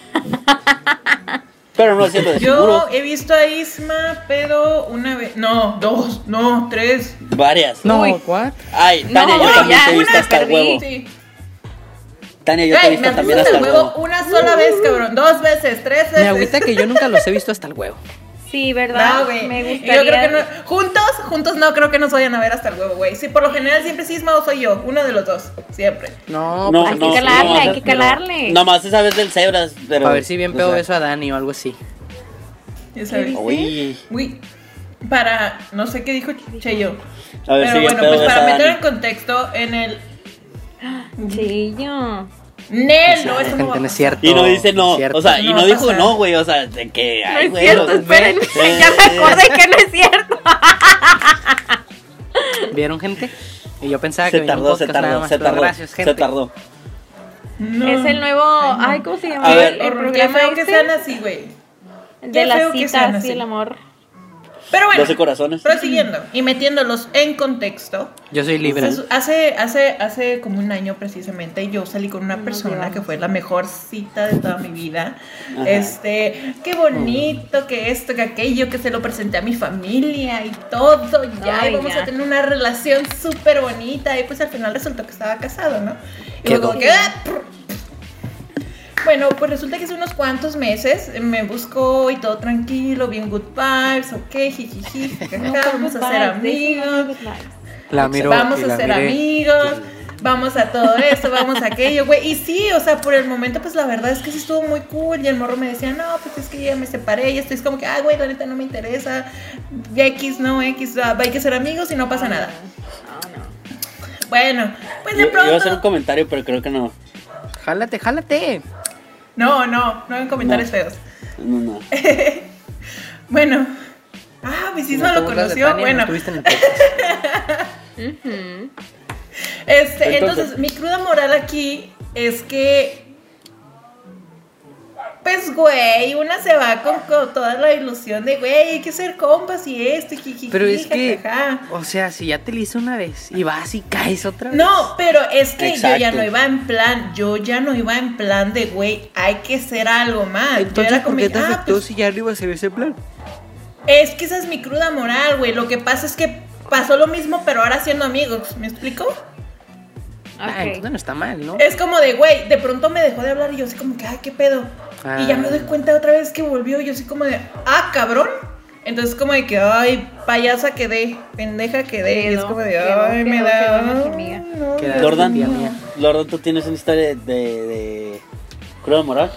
Pero no siempre de seguro. Yo he visto a Isma pedo una vez, no, dos, no, tres. Varias. No, Uy. ¿what? Ay, Tania, No, yo también ya, te he visto una hasta el perdí. huevo. Sí. Tania, yo te he Ey, me visto también pusiste hasta el el huevo huevo. una sola vez, cabrón, dos veces, tres veces. Me agüita que yo nunca los he visto hasta el huevo. Sí, ¿verdad? No, güey. Me Yo gustaría. creo que no. Juntos, juntos no creo que nos vayan a ver hasta el huevo, güey. Sí, por lo general siempre cisma o soy yo, uno de los dos, siempre. No, No, pues Hay no, que calarle, no, hay no, que calarle. Nomás esa vez del Zebras, pero... a ver si bien o pedo sea, beso a Dani o algo así. Ya sabes. Uy, Uy, para, no sé qué dijo Cheyo. a ver Pero si bien bueno, pedo pues ves para a meter Dani. en contexto, en el... Chillo. Nel, no, eso no Gente, va a no es pasar. cierto. Y no dice no, cierto. o sea, y No no va a dijo pasar. no, güey, o sea, de que... No Ay, es güey, cierto, los- espérenme, Eh, ya me acordé que no es cierto. ¿Vieron, gente? Y yo pensaba que Se venía un tardó, se podcast nada tardó, más, se pero tardó, gracias, gente. se tardó. No. Es el nuevo, Ay, no. ay, ¿cómo se llama? A ver, el Horror, qué programa feo que este sean así, güey. de qué las feo que sean citas y así. el amor. Pero bueno, doce corazones. prosiguiendo y metiéndolos en contexto. Yo soy libre. Hace, hace, hace, hace como un año precisamente yo salí con una Nos persona llevamos. que fue la mejor cita de toda mi vida. Ajá. Este, qué bonito, que esto, que aquello, que se lo presenté a mi familia y todo, ya, Ay, y vamos ya. a tener una relación súper bonita. Y pues al final resultó que estaba casado, ¿no? Y Quedó. luego como que, ah, prr. Bueno, pues resulta que hace unos cuantos meses me buscó y todo tranquilo, bien good vibes, ok, jijiji, jajaja, vamos a ser amigos. La miro Vamos y a la ser miré. amigos, vamos a todo esto, vamos a aquello, güey. Y sí, o sea, por el momento, pues la verdad es que sí estuvo muy cool. Y el morro me decía, no, pues es que ya me separé. Y estoy es como que, ay, güey, la neta no me interesa. Ya X, no, X, ah, hay que ser amigos y no pasa nada. Bueno, pues de Yo, yo iba a hacer un pronto. comentario, pero creo que no. Jálate, jálate. No, no, no en comentarios No. feos. No, no. Bueno. Ah, mi cisma ¿No te lo burlas de conoció. Tania? ¿No Bueno, estuviste en el podcast? Ujú. este, Entonces- entonces, mi cruda moral aquí es que. Pues, güey, una se va con, con toda la ilusión de, güey, hay que ser compas y esto, y jijiji, Pero es que, jajaja. o sea, si ya te lo hice una vez y vas y caes otra vez. No, pero es que yo ya Exacto. no iba en plan, yo ya no iba en plan de, güey, hay que hacer algo más. Yo Entonces, era ¿por como, qué te ah, afectó pues, si ya no iba a ser ese plan? es que esa es mi cruda moral, güey. Lo que pasa es que pasó lo mismo, pero ahora siendo amigos. ¿Me explico? Ah, Ok. entonces no está mal, ¿no? Es como de, güey, de pronto me dejó de hablar y yo así como que, ay, qué pedo. Ah. Y ya me doy cuenta otra vez que volvió y yo así como de, ah, cabrón. Entonces como de que, ay, payasa quedé, pendeja quedé. Y es Quedó, como de, quedó, ay, me quedó, da. quedó nuestra amiga. no, Queda- Dios Jordan, mío". mía. Jordan, ¿tú tienes una historia de, de cruda moral?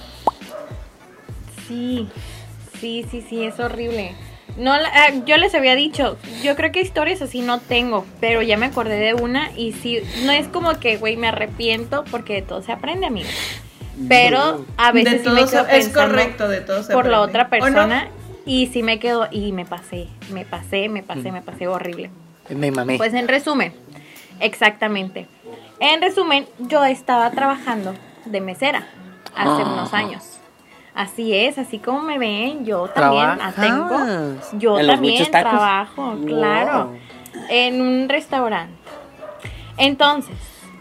Sí, sí, sí, sí, es horrible. No, la- ah, yo les había dicho, yo creo que historias así no tengo, pero ya me acordé de una y sí, no es como que, güey, me arrepiento porque de todo se aprende, amigo. Pero a veces De sí todo me se- quedo es pensando correcto, de todo se por la aprende. otra ¿O no? persona y sí me quedo y me pasé, me pasé, me pasé, me pasé horrible. Me mamé. Pues en resumen, exactamente. En resumen, yo estaba trabajando de mesera hace Ah. unos años. Así es, así como me ven, yo también ¿Trabajas? tengo, yo ¿En los también muchos tacos? trabajo, claro, Wow. en un restaurante. Entonces,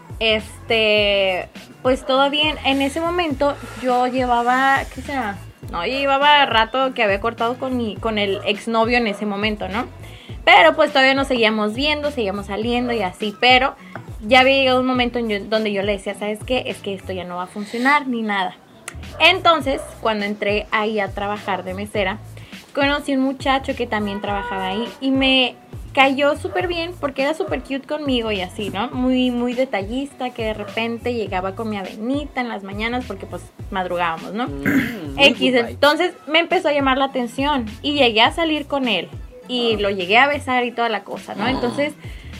este, pues todo bien. En ese momento yo llevaba, ¿qué será? No, yo llevaba rato que había cortado con mi, con el exnovio en ese momento, ¿no? Pero pues todavía nos seguíamos viendo, seguíamos saliendo y así, pero ya había llegado un momento en yo- donde yo le decía, ¿sabes qué? Es que esto ya no va a funcionar ni nada. Entonces, cuando entré ahí a trabajar de mesera, conocí un muchacho que también trabajaba ahí y me cayó súper bien porque era súper cute conmigo y así, ¿no? Muy, muy detallista, que de repente llegaba con mi avenita en las mañanas porque pues madrugábamos, ¿no? Mm, muy X, good vibes. entonces me empezó a llamar la atención y llegué a salir con él y lo llegué a besar y toda la cosa, ¿no? Entonces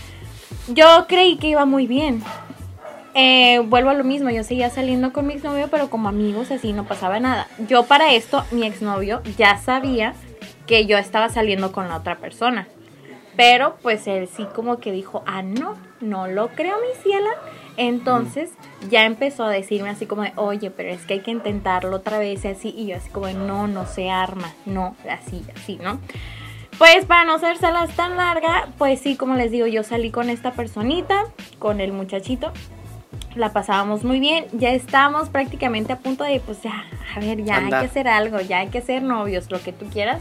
yo creí que iba muy bien. Eh, vuelvo a lo mismo, yo seguía saliendo con mi exnovio, pero como amigos así no pasaba nada. Yo para esto, mi exnovio ya sabía que yo estaba saliendo con la otra persona. Pero pues él sí como que dijo, ah, no, no lo creo, mi ciela. Entonces ya empezó a decirme así como de, oye, pero es que hay que intentarlo otra vez y así. Y yo así como de, no, no se arma, no, así, así, ¿no? Pues para no hacérselas tan larga, pues sí, como les digo, yo salí con esta personita, con el muchachito. La pasábamos muy bien, ya estábamos prácticamente a punto de, pues ya, a ver, ya Andar. hay que hacer algo, ya hay que ser novios, lo que tú quieras.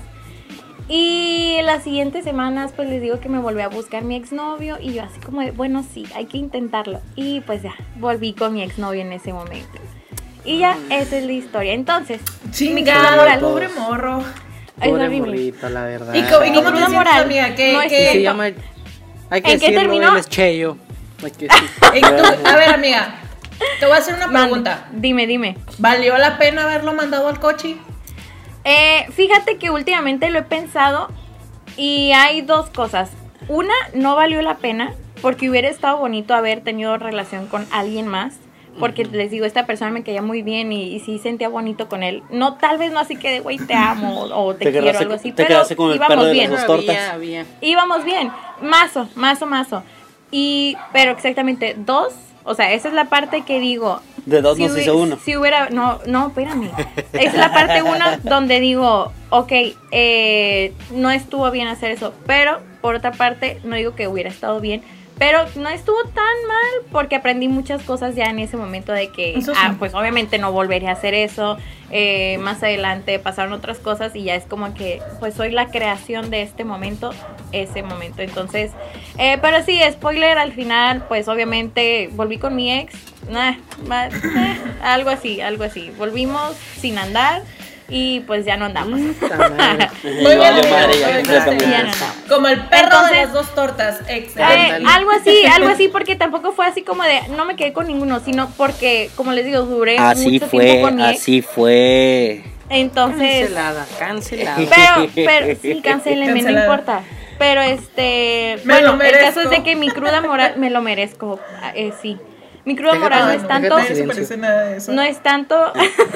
Y las siguientes semanas, pues les digo que me volví a buscar mi exnovio y yo así como de, bueno, sí, hay que intentarlo. Y pues ya, volví con mi exnovio en ese momento. Y ya, esa es la historia. Entonces, mi cruda Chingada, moral, pobre morro. Es Pobre horrible. morrito, la verdad. ¿Y cómo, y Mi cómo te cruda sientes, moral amiga? ¿Qué, no es qué- cierto. Se llama... Hay que ¿En qué decirlo, terminó? él es Cheyo. Hay que decir. y tú- a ver, amiga, te voy a hacer una Mande. pregunta. Dime, dime. ¿Valió la pena haberlo mandado al coche? Eh, fíjate que últimamente lo he pensado y hay dos cosas. Una, no valió la pena porque hubiera estado bonito haber tenido relación con alguien más. Porque les digo, esta persona me caía muy bien y, y sí sentía bonito con él. No, tal vez no así que de güey te amo o, o te, Te quiero quedaste- algo así, te pero quedaste con el perro íbamos de las bien. dos tortas. Había, había. Íbamos bien, mazo, mazo, mazo. Y, pero exactamente, dos, o sea, esa es la parte que digo. De dos si nos hubi- hizo uno. Si hubiera, no, no, espérame. Es la parte uno donde digo, ok, eh, no estuvo bien hacer eso, pero por otra parte, no digo que hubiera estado bien, pero no estuvo tan mal porque aprendí muchas cosas ya en ese momento de que, Eso sí. ah, pues obviamente no volvería a hacer eso. Eh, más adelante pasaron otras cosas y ya es como que, pues soy la creación de este momento, ese momento. Entonces, eh, pero sí, spoiler, al final, pues obviamente volví con mi ex, nah, ma- eh, algo así, algo así. Volvimos sin andar y pues ya no andamos. Puta madre. Muy Valió bien, madre ya muy bien. completamente. Ya no andamos. Como el perro Entonces- de las dos tortas. Eh, Excelente. algo así, algo así, porque tampoco fue así como de, no me quedé con ninguno, sino porque, como les digo, duré Así mucho fue, tiempo con mi ex. así fue. Entonces, Cancelada, cancelada. pero, pero, sí, cancelenme, no Cancelada. importa. Pero este, Me bueno, lo el caso es merezco. de que mi cruda moral, me lo merezco, eh, sí. Mi cruda Déjate- moral no Ay, es no, tanto, fíjate, no se parece nada de eso. no es tanto,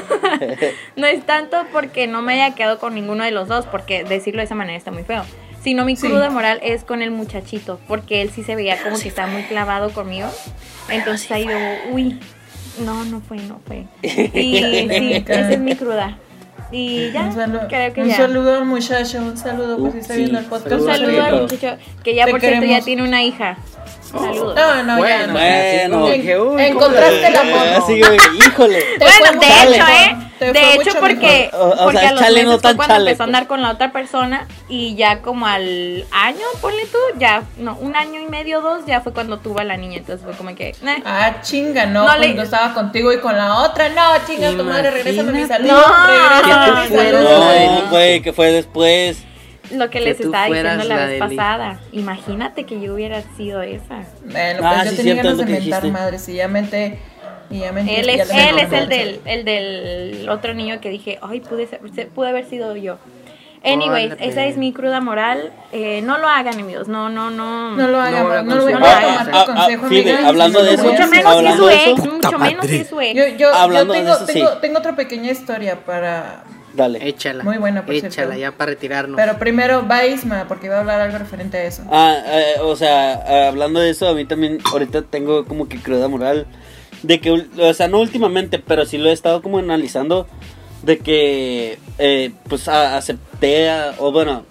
no es tanto porque no me haya quedado con ninguno de los dos, porque decirlo de esa manera está muy feo. Sino mi Sí. cruda moral es con el muchachito, porque él sí se veía como que estaba muy clavado conmigo. Entonces ahí digo, uy, no, no fue, no fue. Y sí, esa es mi cruda. Y ya, Un saludo, creo que un ya. saludo al muchacho, un saludo, pues si está Sí, viendo el podcast. Un saludo Saludos. al muchacho, que ya Te por cierto ya queremos. tiene una hija. Saludos. No, no, ya no. Bueno. En- Dije, uy, encontraste el amor. Así que, híjole. Te Bueno, fue de mucho hecho, mejor. ¿eh? Te fue De hecho, mucho porque, mejor. O- o porque sea, a los chale, meses no fue tan cuando chale, empezó a pues. andar con la otra persona y ya como al año, ponle tú, ya, no, un año y medio, dos, ya fue cuando tuvo a la niña. Entonces fue como que, nah. Ah, chinga, no, No le- cuando estaba contigo y con la otra, no, chinga tu madre, regrésame mi Imagínate. saludo, No. regrésame Que mi tú fueras saludo. la de- No, güey, que fue después. Lo que Que les tú estaba fueras diciendo la la vez de Lee. pasada. Imagínate que yo hubiera sido esa. Bueno, pues Ah, yo sí, tenía cierto, ganas es de lo que mentar dijiste. madres y ya menté, y ya menté. Él ya es, le menté él es el madres. del, el del otro niño que dije, ay, pude, ser- se- pude haber sido yo. Anyways, Órale. esa es mi cruda moral. Eh, no lo hagan, amigos. No, no, no. No lo hagan, No, no, lo voy a no lo hagan. tomar tu Ah, ah, consejo, Fide, amiga. hablando Sí, de lo eso, voy a Mucho hacer. menos si es hablando su de ex, eso. mucho menos si es su ex. Yo, yo, yo Hablando de tengo, eso, sí. tengo, tengo otra pequeña historia para... Dale. Échala. Muy buena, por Échala cierto. ya para retirarnos. Pero primero va Isma, porque iba a hablar algo referente a eso. Ah, eh, o sea, ah, hablando de eso, a mí también ahorita tengo como que cruda moral. De que, ul- o sea, no últimamente, pero sí lo he estado como analizando. De que, eh, pues a- acepté, a- o bueno,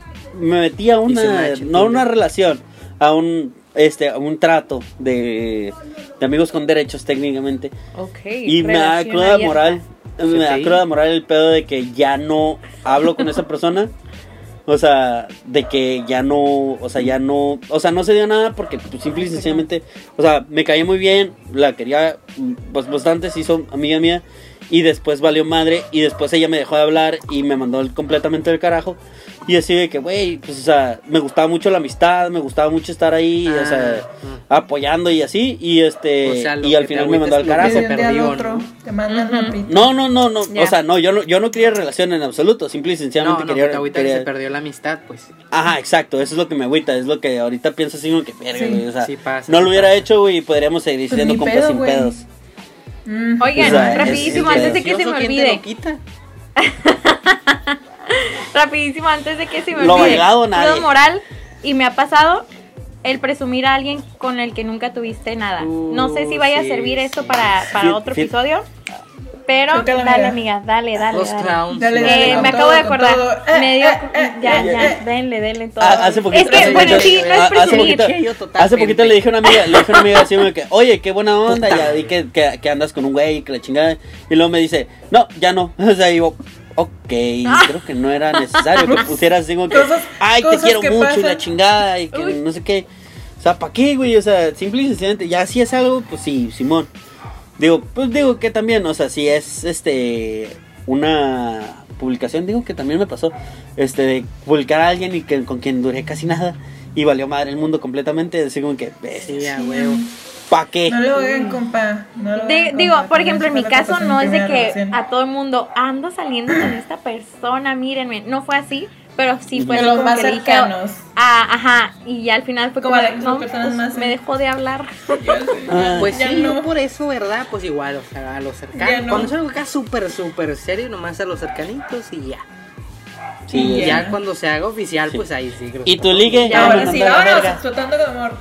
me metí a Hice una, match en no a una Tinder. relación, a un, este, a un trato de, de amigos con derechos técnicamente. Ok. Y me da relación cruda abierta. moral, me da C T I. cruda moral el pedo de que ya no hablo con esa persona. O sea, de que ya no, o sea, ya no, o sea, no se dio nada porque pues, simple y sencillamente, o sea, me caía muy bien, la quería pues bastante, se hizo amiga mía y después valió madre y después ella me dejó de hablar y me mandó el- completamente del carajo. Y así de que, güey, pues, o sea, me gustaba mucho la amistad, me gustaba mucho estar ahí, o sea, Ah, apoyando y así, y este, O sea, lo y al que final te me mandó al agüitas, lo carajo. que de un día al perdió, otro, ¿no? te mandan la prita. No, no, no, no, Ya. o sea, no, yo no, yo no quería relación en absoluto, simple y sencillamente No, no, quería, que te agüita que quería- se perdió la amistad, pues. Ajá, exacto, eso es lo que me agüita, es lo que ahorita pienso así como que verga, Sí, güey, o sea, sí pasa, no sí lo hubiera pasa. hecho, güey, y podríamos seguir Pues siendo ni compas pedo, sin güey. pedos. Mm. Oigan, O sea, rapidísimo, es- antes de que se me ¿Quién te olvide. lo quita? Rapidísimo, antes de que se me Lo olvide. bailado, nadie. Cruda moral, y me ha pasado el presumir a alguien con el que nunca tuviste nada. No sé si vaya Uh, sí, a servir sí. esto para, para Fi- otro fi- episodio. Pero Chócala, dale, amiga. amiga, dale, dale. Los dale. clowns. Dale, ¿no? dale, Eh, con me todo, acabo de con acordar. todo. Eh, Me dio. eh, eh, ya, eh, ya. eh. Denle, denle todo. Ah, hace poquito, es que, hace bueno, poquito- sí, no ah, es hace presumir. poquito- Yo Hace totalmente. poquito le dije a una amiga, le dije a una amiga así como que, oye, qué buena onda, ya vi que, que, que andas con un güey, que la chingada, y luego me dice, no, ya no, o sea, digo, ok, creo que no era necesario que pusieras así como que, Cosas- ay, te cosas quiero que mucho y la pasan. chingada, y que Uy. no sé qué, o sea, ¿para qué, güey? O sea, simple y sencillamente, ya si es algo, pues sí, Simón. Digo, pues digo que también, o sea, si es, este, una, publicación, digo que también me pasó, este, de publicar a alguien y que con quien duré casi nada y valió madre el mundo completamente, así como que, sí, a huevo. ¿Pa' qué? No lo hagan, compa. No lo De- hagan, digo, compa, por que ejemplo, en se mi fue la caso cosa en no es de primera que relación. a todo el mundo ando saliendo con esta persona, mírenme, no fue así, pero sí fue De así los como más que le dije, cercanos. ah, ajá, y ya al final fue como, Como de, de las no, personas pues, más me en- dejó de hablar. Ah, Pues Ya sí, no. no por eso, ¿verdad? Pues igual, o sea, a los Ya cercanos. no. Cuando es algo acá súper, súper serio, nomás a los cercanitos y ya. sí, Y Ya. ya cuando se haga oficial, Sí. pues ahí sí. creo ¿Y que tu todo. ligue? Ya, Vamos Ahora a sí, mandar a la vámonos, verga. explotando de amor.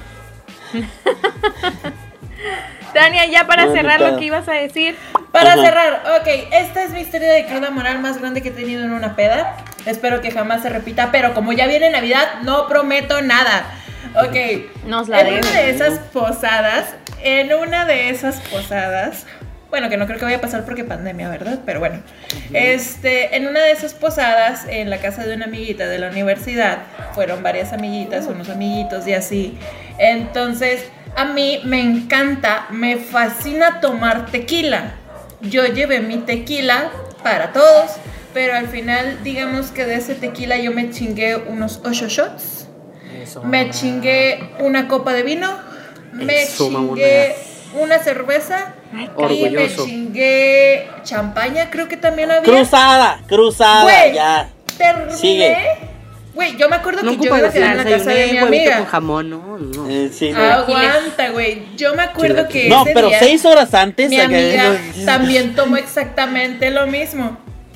Tania, ya para No, no cerrar puedo. lo que ibas a decir. Para Ajá. cerrar, ok, esta es mi historia de cruda moral más grande que he tenido en una peda. Espero que jamás se repita, pero como ya viene Navidad, no prometo nada. Ok, Nos la en una debes, de esas posadas, en una de esas posadas, bueno, que no creo que vaya a pasar porque pandemia, ¿verdad? Pero bueno, este, en una de esas posadas, en la casa de una amiguita de la universidad, fueron varias amiguitas, unos amiguitos y así. Entonces, a mí me encanta, me fascina tomar tequila. Yo llevé mi tequila para todos, pero al final, digamos que de ese tequila yo me chingué unos ocho shots. Eso, Me mamá. chingué una copa de vino, me Eso, chingué una cerveza y me Orgulloso. chingué champaña, creo que también había. Cruzada, cruzada, Güey, ya. terminé. Sigue. Güey, yo me acuerdo No que yo ocupa iba a quedar en la casa de mi huevito amiga. con jamón, no, no. Eh, sí, no. Aguanta, güey. Yo me acuerdo que No, ese pero día seis horas antes. mi a que- amiga también tomó exactamente lo mismo.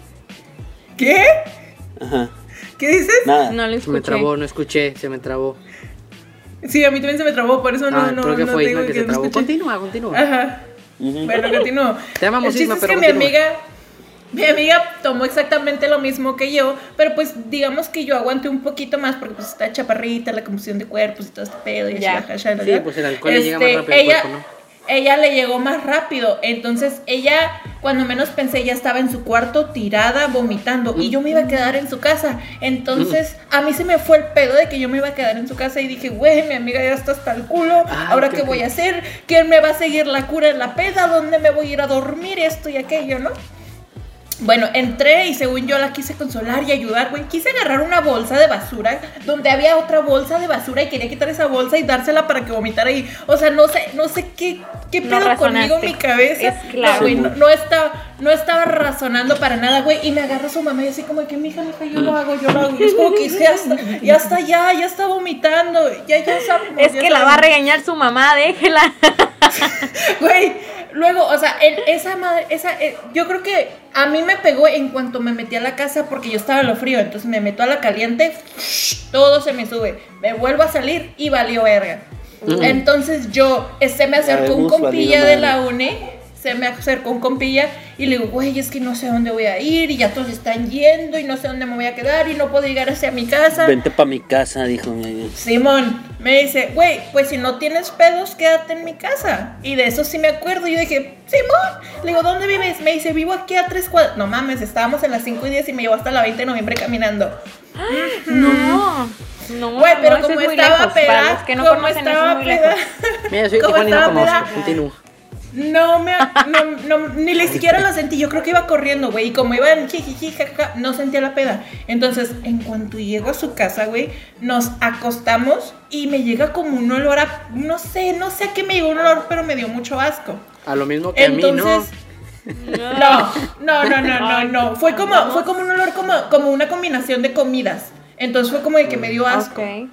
¿Qué? Ajá, ¿Qué dices? nada. No lo Se me escuché. trabó, no escuché, se me trabó. Sí, a mí también se me trabó, por eso no, ah, no, creo que no fue te digo Isma que se no trabó. escuché. Continúa, continúa. Ajá. Ujú. Bueno, continúo. Te amamos, El chiste Isma, es pero que mi continúa. amiga, mi amiga tomó exactamente lo mismo que yo, pero pues digamos que yo aguanté un poquito más porque pues está chaparrita, la combustión de cuerpos y todo este pedo y Ya. así, ajá, ajá, Sí, ajá. pues el alcohol le llega más Este, rápido al ella, cuerpo, ¿no? Ella le llegó más rápido, entonces ella, cuando menos pensé, ya estaba en su cuarto tirada, vomitando, y yo me iba a quedar en su casa. Entonces, a mí se me fue el pedo de que yo me iba a quedar en su casa y dije, güey, mi amiga ya está hasta el culo, Ay, ¿ahora qué qué voy pe- a hacer? ¿Quién me va a seguir la cura en la peda? ¿Dónde me voy a ir a dormir? Esto y aquello, ¿no? Bueno, entré y según yo la quise consolar y ayudar, güey. Quise agarrar una bolsa de basura donde había otra bolsa de basura y quería quitar esa bolsa y dársela para que vomitara ahí. O sea, no sé, no sé qué, qué No pedo conmigo en razonaste. mi cabeza. Es claro. No, güey, no, no estaba, no estaba razonando para nada, güey. Y me agarró su mamá y así como que, mija, mija, yo lo hago, yo lo hago. Y es como que ya está, ya está, ya, ya está vomitando. Ya, ya sabemos. Es ya que la va a sabemos. regañar su mamá, déjela. Güey, luego, o sea, el- esa madre, esa, eh, yo creo que a mí me pegó en cuanto me metí a la casa porque yo estaba en lo frío, entonces me meto a la caliente, todo se me sube, me vuelvo a salir y valió verga. Entonces yo, este me acercó un Habemos compilla valido de madre. la uni, se me acercó un compilla y le digo, güey, es que no sé dónde voy a ir y ya todos están yendo y no sé dónde me voy a quedar y no puedo llegar hacia mi casa. Vente pa' mi casa, dijo mi amiga. Simón me dice, güey, pues si no tienes pedos, quédate en mi casa. Y de eso sí me acuerdo. Y yo dije, Simón, le digo, ¿dónde vives? Me dice, vivo aquí a tres cuadras. No mames, estábamos en las cinco y diez y me llevó hasta la veinte de noviembre caminando. No. No, Güey, pero no, eso como es muy estaba lejos. peda, Para los que no como conocen, eso es estaba muy peda, lejos. Mira, soy ¿Cómo Tijuana y no estaba conozco. peda? Continúa. no me, no, no, ni le siquiera lo sentí. Yo creo que iba corriendo, güey. Y como iba en jijiji, jaja, no sentía la peda. Entonces, en cuanto llego a su casa, güey, nos acostamos y me llega como un olor a, no sé, no sé a qué me llegó un olor, pero me dio mucho asco. A lo mismo que a mí, ¿no? Entonces, no, no, no, no, no, no. Fue como, fue como un olor como, como una combinación de comidas. Entonces fue como de que me dio asco. Ok.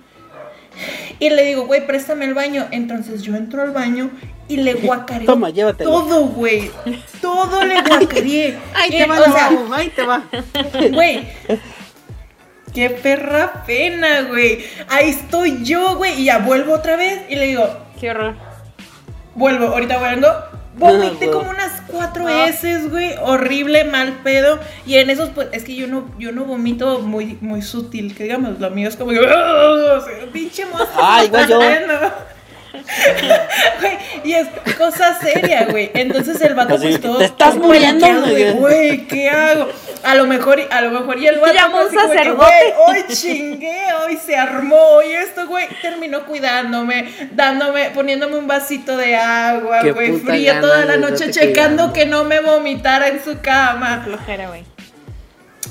Y le digo, güey, préstame el baño. Entonces yo entro al baño y le guacareo Toma, llévatelo. todo, güey. Todo le guacareé. Ahí Y, te va, o sea, no, ahí te va. güey. Qué perra pena, güey. Ahí estoy yo, güey. Y ya vuelvo otra vez y le digo, Qué horror. vuelvo, ahorita vengo. Vomité No, como unas cuatro veces, güey. Horrible, mal pedo. Y en esos, pues, es que yo no, yo no vomito muy, muy sutil, que digamos, lo mío es como que, o sea, pinche monstruo. Ay, güey, yo. Güey, y es cosa seria, güey. Entonces el vato Así pues que, todo. "Te estás todo muriendo, paniqueado, güey". Güey, ¿qué hago? A lo mejor, a lo mejor y el vato Llama un así como que, sacerdote. güey, hoy chingué, hoy se armó, hoy esto, güey. Terminó cuidándome, dándome, poniéndome un vasito de agua, Qué güey, puta fría toda ganas la de noche, estarte checando cuidando. que no me vomitara en su cama. Flojera, güey.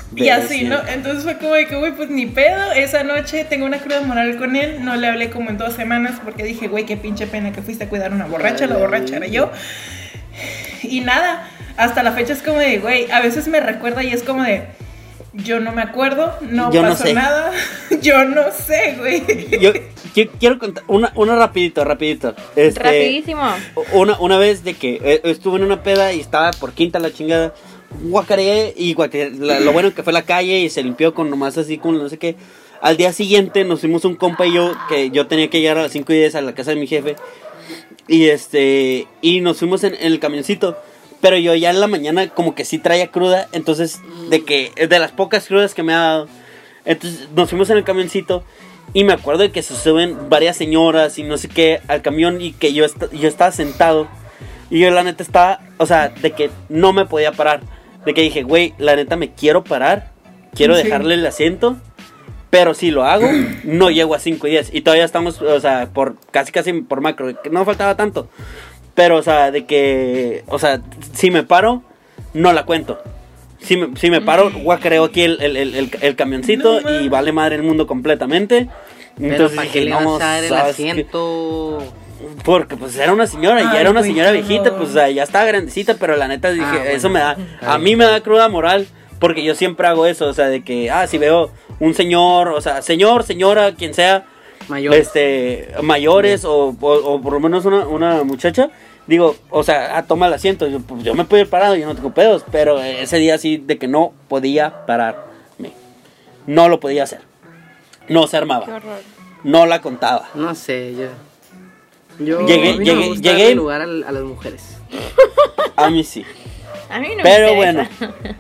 Y así, ¿no? Entonces fue como de que, güey, pues ni pedo. Esa noche tengo una cruda moral con él. No le hablé como en dos semanas porque dije, güey, qué pinche pena que fuiste a cuidar a una borracha. La borracha era yo. Y nada, hasta la fecha es como de, güey, a veces me recuerda y es como de, yo no me acuerdo, no Yo no pasó sé. nada. Yo no sé, güey. Yo, yo quiero contar una, una rapidito, rapidito. Este, Rapidísimo. Una, una vez de que eh, estuve en una peda y estaba por quinta la chingada. Guacareé y guacareé, la- lo bueno que fue a la calle y se limpió con nomás así con no sé qué. Al día siguiente nos fuimos un compa y yo, que yo tenía que llegar a las cinco y diez a la casa de mi jefe. Y este, y nos fuimos en, en el camioncito. Pero yo ya en la mañana como que sí traía cruda. Entonces, de que, de las pocas crudas que me ha dado. Entonces nos fuimos en el camioncito. Y me acuerdo de que se suben varias señoras y no sé qué al camión. Y que yo, est- yo estaba sentado. Y yo la neta estaba, o sea, de que no me podía parar. De que dije, güey, la neta me quiero parar. Quiero Sí. dejarle el asiento. Pero si lo hago, no llego a cinco y diez. Y todavía estamos, o sea, por casi casi por macro. Que no faltaba tanto. Pero, o sea, de que, o sea, si me paro, no la cuento. Si me, si me paro, guacareo aquí el, el, el, el, el camioncito No, y vale madre el mundo completamente. Pero Entonces ¿para dije, qué le no, vas a dar el ¿sabes qué? asiento? Porque pues era una señora y Ay, era una güey, señora qué viejita, horror. pues o sea, ya estaba grandecita, pero la neta dije, Ah, bueno, eso me da, está a bien. mí me da cruda moral, porque yo siempre hago eso, o sea, de que, ah, si veo un señor, o sea, señor, señora, quien sea, Mayor. este, mayores o, o, o por lo menos una, una muchacha, digo, o sea, ah, toma el asiento, yo, pues, yo me puedo ir parado, yo no tengo pedos, pero ese día sí de que no podía pararme, no lo podía hacer, no se Qué armaba, horror. no la contaba. No sé, yo. Yo Llegué- a mí no llegué- me gusta llegué- darle lugar al- a las mujeres. A mí sí. A mí no Pero me bueno. interesa.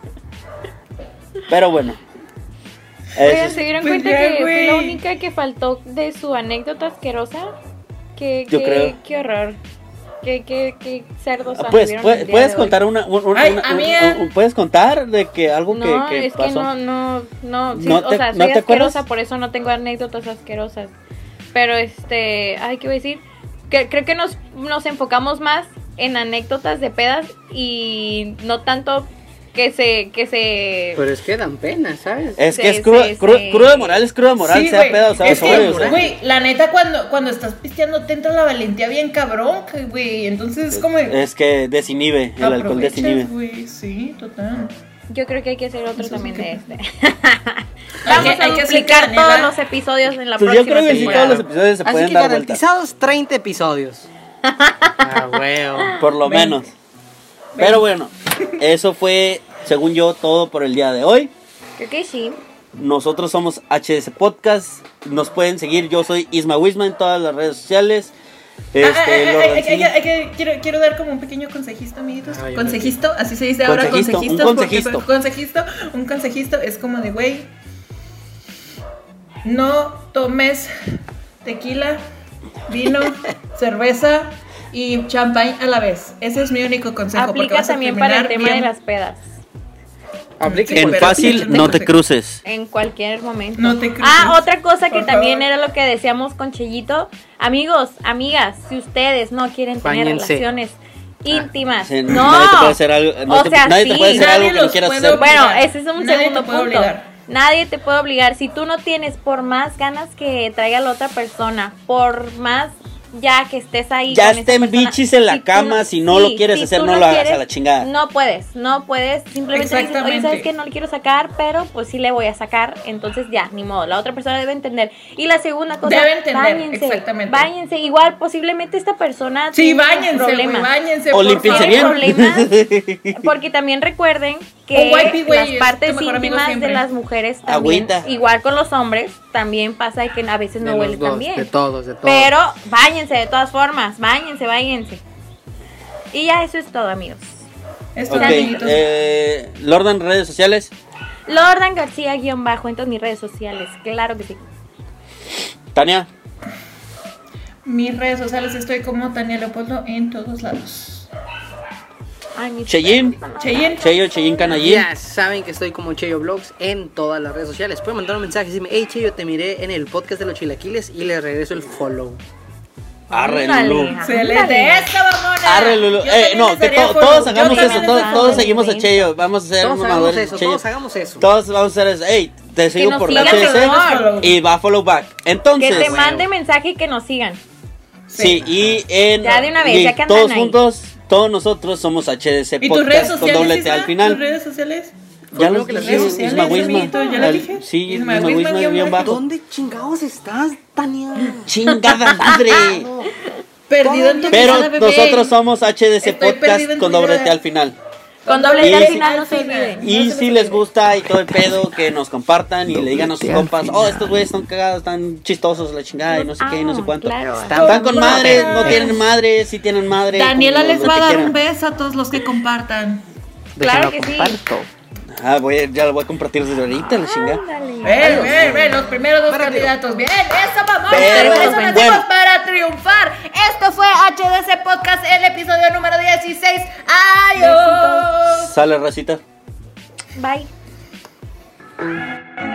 Pero bueno. Oigan, Eso ¿se dieron Pues cuenta ya, que fui güey. la única que faltó de su anécdota asquerosa? Que, Yo que- creo. Qué horror. Qué, qué, qué cerdos Ah, pues, anduvieron puedes, el día puedes de hoy. contar una, un- un- Ay, una- un- amiga. un- puedes contar de que algo que, No, que es pasó. que no, no, no, sí, ¿No o te- sea, no soy te asquerosa, acuerdas? por eso no tengo anécdotas asquerosas. Pero este, ay, ¿qué voy a decir? Que, creo que nos, nos enfocamos más en anécdotas de pedas y no tanto que se, que se... Pero es que dan pena, ¿sabes? Es que Sí, es cruda, sí, cruda, sí. cruda moral, es cruda moral, Sí, sea güey. peda o sea Es que, sobrio, o sea. güey, la neta, cuando, cuando estás pisteando, te entra la valentía bien cabrón, que, güey. Entonces es como. de, Es que desinhibe, el alcohol aprovechas, desinhibe. güey. Sí, total. Yo creo que hay que hacer otro Eso también sí de que- este. Hay Vamos que- a hay que hacer duplicar Daniela. todos los episodios en la Pues yo próxima creo que sí, temporada. todos los episodios se Así pueden que dar vuelta. garantizados treinta episodios. Ah, huevo. Por lo Ven. menos. Pero bueno, eso fue, según yo, todo por el día de hoy. Creo que sí. Nosotros somos H D S Podcast. Nos pueden seguir. Yo soy Isma Wisma en todas las redes sociales. Este, Ah, ah, ah, Lord hay- hay- Dancini. hay- hay que- quiero, quiero dar como un pequeño consejito, amiguitos. Ay, Consejisto, así se dice ahora, Consejisto, un consejisto. porque- consejisto. Consejisto, un consejisto es como de, güey, no tomes tequila, vino, cerveza y champán a la vez. Ese es mi único consejo. porque Aplica vas a también para el terminar tema de bien- las pedas. Aplique Sí, En pero- fácil, sí, no te consejo. cruces. En cualquier momento. No te cruces, Ah, otra cosa que por también favor. era lo que decíamos con Cheyito. Amigos, amigas, si ustedes no quieren tener Báñense. relaciones íntimas, Sí, no. Nadie te puede hacer algo, no O te, sea, nadie te sí. puede hacer Nadie algo que no los quieras puede hacer. Bueno, obligar. ese es un Nadie segundo te puede punto. obligar. Nadie te puede obligar. Si tú no tienes, por más ganas que traiga la otra persona, por más ya que estés ahí. Ya con esa estén persona, bichis en la si tú cama, si no lo quieres hacer, tú no lo hagas quieres, a la chingada. No puedes, no puedes. Simplemente dices, oye, Exactamente. ¿sabes qué? No le quiero sacar, pero pues sí le voy a sacar. Entonces ya, ni modo. La otra persona debe entender. Y la segunda cosa, Debe entender, báñense. exactamente. Báñense. Igual, posiblemente esta persona Sí, tiene báñense, güey, problemas. báñense. O por límpiense favor. bien. problemas, porque también recuerden que Un wipey, güey, las es partes tu mejor amigo íntimas de siempre. las mujeres también, Agüita. igual con los hombres, también pasa que a veces De no los huelen dos, tan bien. de todos, de todos. Pero báñense de todas formas, báñense, báñense. Y ya eso es todo, amigos. Esto, Ok, amiguitos. eh, Lord en redes sociales. Lordan García guión bajo en todas mis redes sociales, claro que sí. Tania. Mis redes sociales estoy como Tania Leopoldo en todos lados. Ay, mis Cheyenne. perros. Cheyenne. Cheyo, Cheyín Canallín. Ya saben que estoy como Cheyo Vlogs en todas las redes sociales. Pueden mandar un mensaje y decirme, hey Cheyo, te miré en el podcast de los chilaquiles y le regreso el follow. Arre, Ándale, Lulu. Excelente, ándale. esa mamona. Arre, Lulu. Yo Eh, también no, les que haría to- follow. todos Yo hagamos también eso, les todos, haría todos follow. seguimos a Cheyo. Vamos a hacer Todos un hagamos mamador eso, Cheyo. todos hagamos eso. Todos vamos a hacer eso. Ey, te sigo nos por la sigan H D C mejor. y va a follow back. Que Entonces, te mande mensaje y que nos sigan. sí, y en Ya de una vez, y ya que andan todos ahí. juntos, todos nosotros somos H D C ¿Y tus redes Podcast con sociales? doble T Isma? al ¿Tus final. redes sociales? Ya Fue los que las dije, redes sociales, Isma Wisma. amiguito, ¿ya lo Al- dije? Sí, Isma Isma Wisma, Wisma guión guión bajo. ¿Dónde chingados estás, Tania? Chingada madre. Perdido en tu Pero vida, bebé. nosotros somos H D C Estoy Podcast perdido en con tu doble vida. T al final. Con doble Y- T al final, no se olviden. No Y se si les les olvide. gusta y todo el pedo, que nos compartan y le digan a sus Doble T al compas, final. oh, estos güeyes están cagados, están chistosos, la chingada, y no sé qué, y no sé Ah, cuánto. claro. Están con Todo madres, mal. no tienen madre, sí tienen madre. Daniela como les lo va a que dar quieran. un beso a todos los que compartan. Claro Déjenlo que sí. comparto. Ah, voy a- ya lo voy a compartir desde ahorita, la chingada. Ándale. Ven, ven, ven, los primeros dos candidatos. Bien, esa mamona. Pero, Por eso nacimos bueno. para triunfar. Esto fue H D C Podcast, el episodio número dieciséis. Adiós. Sale, racita. Bye.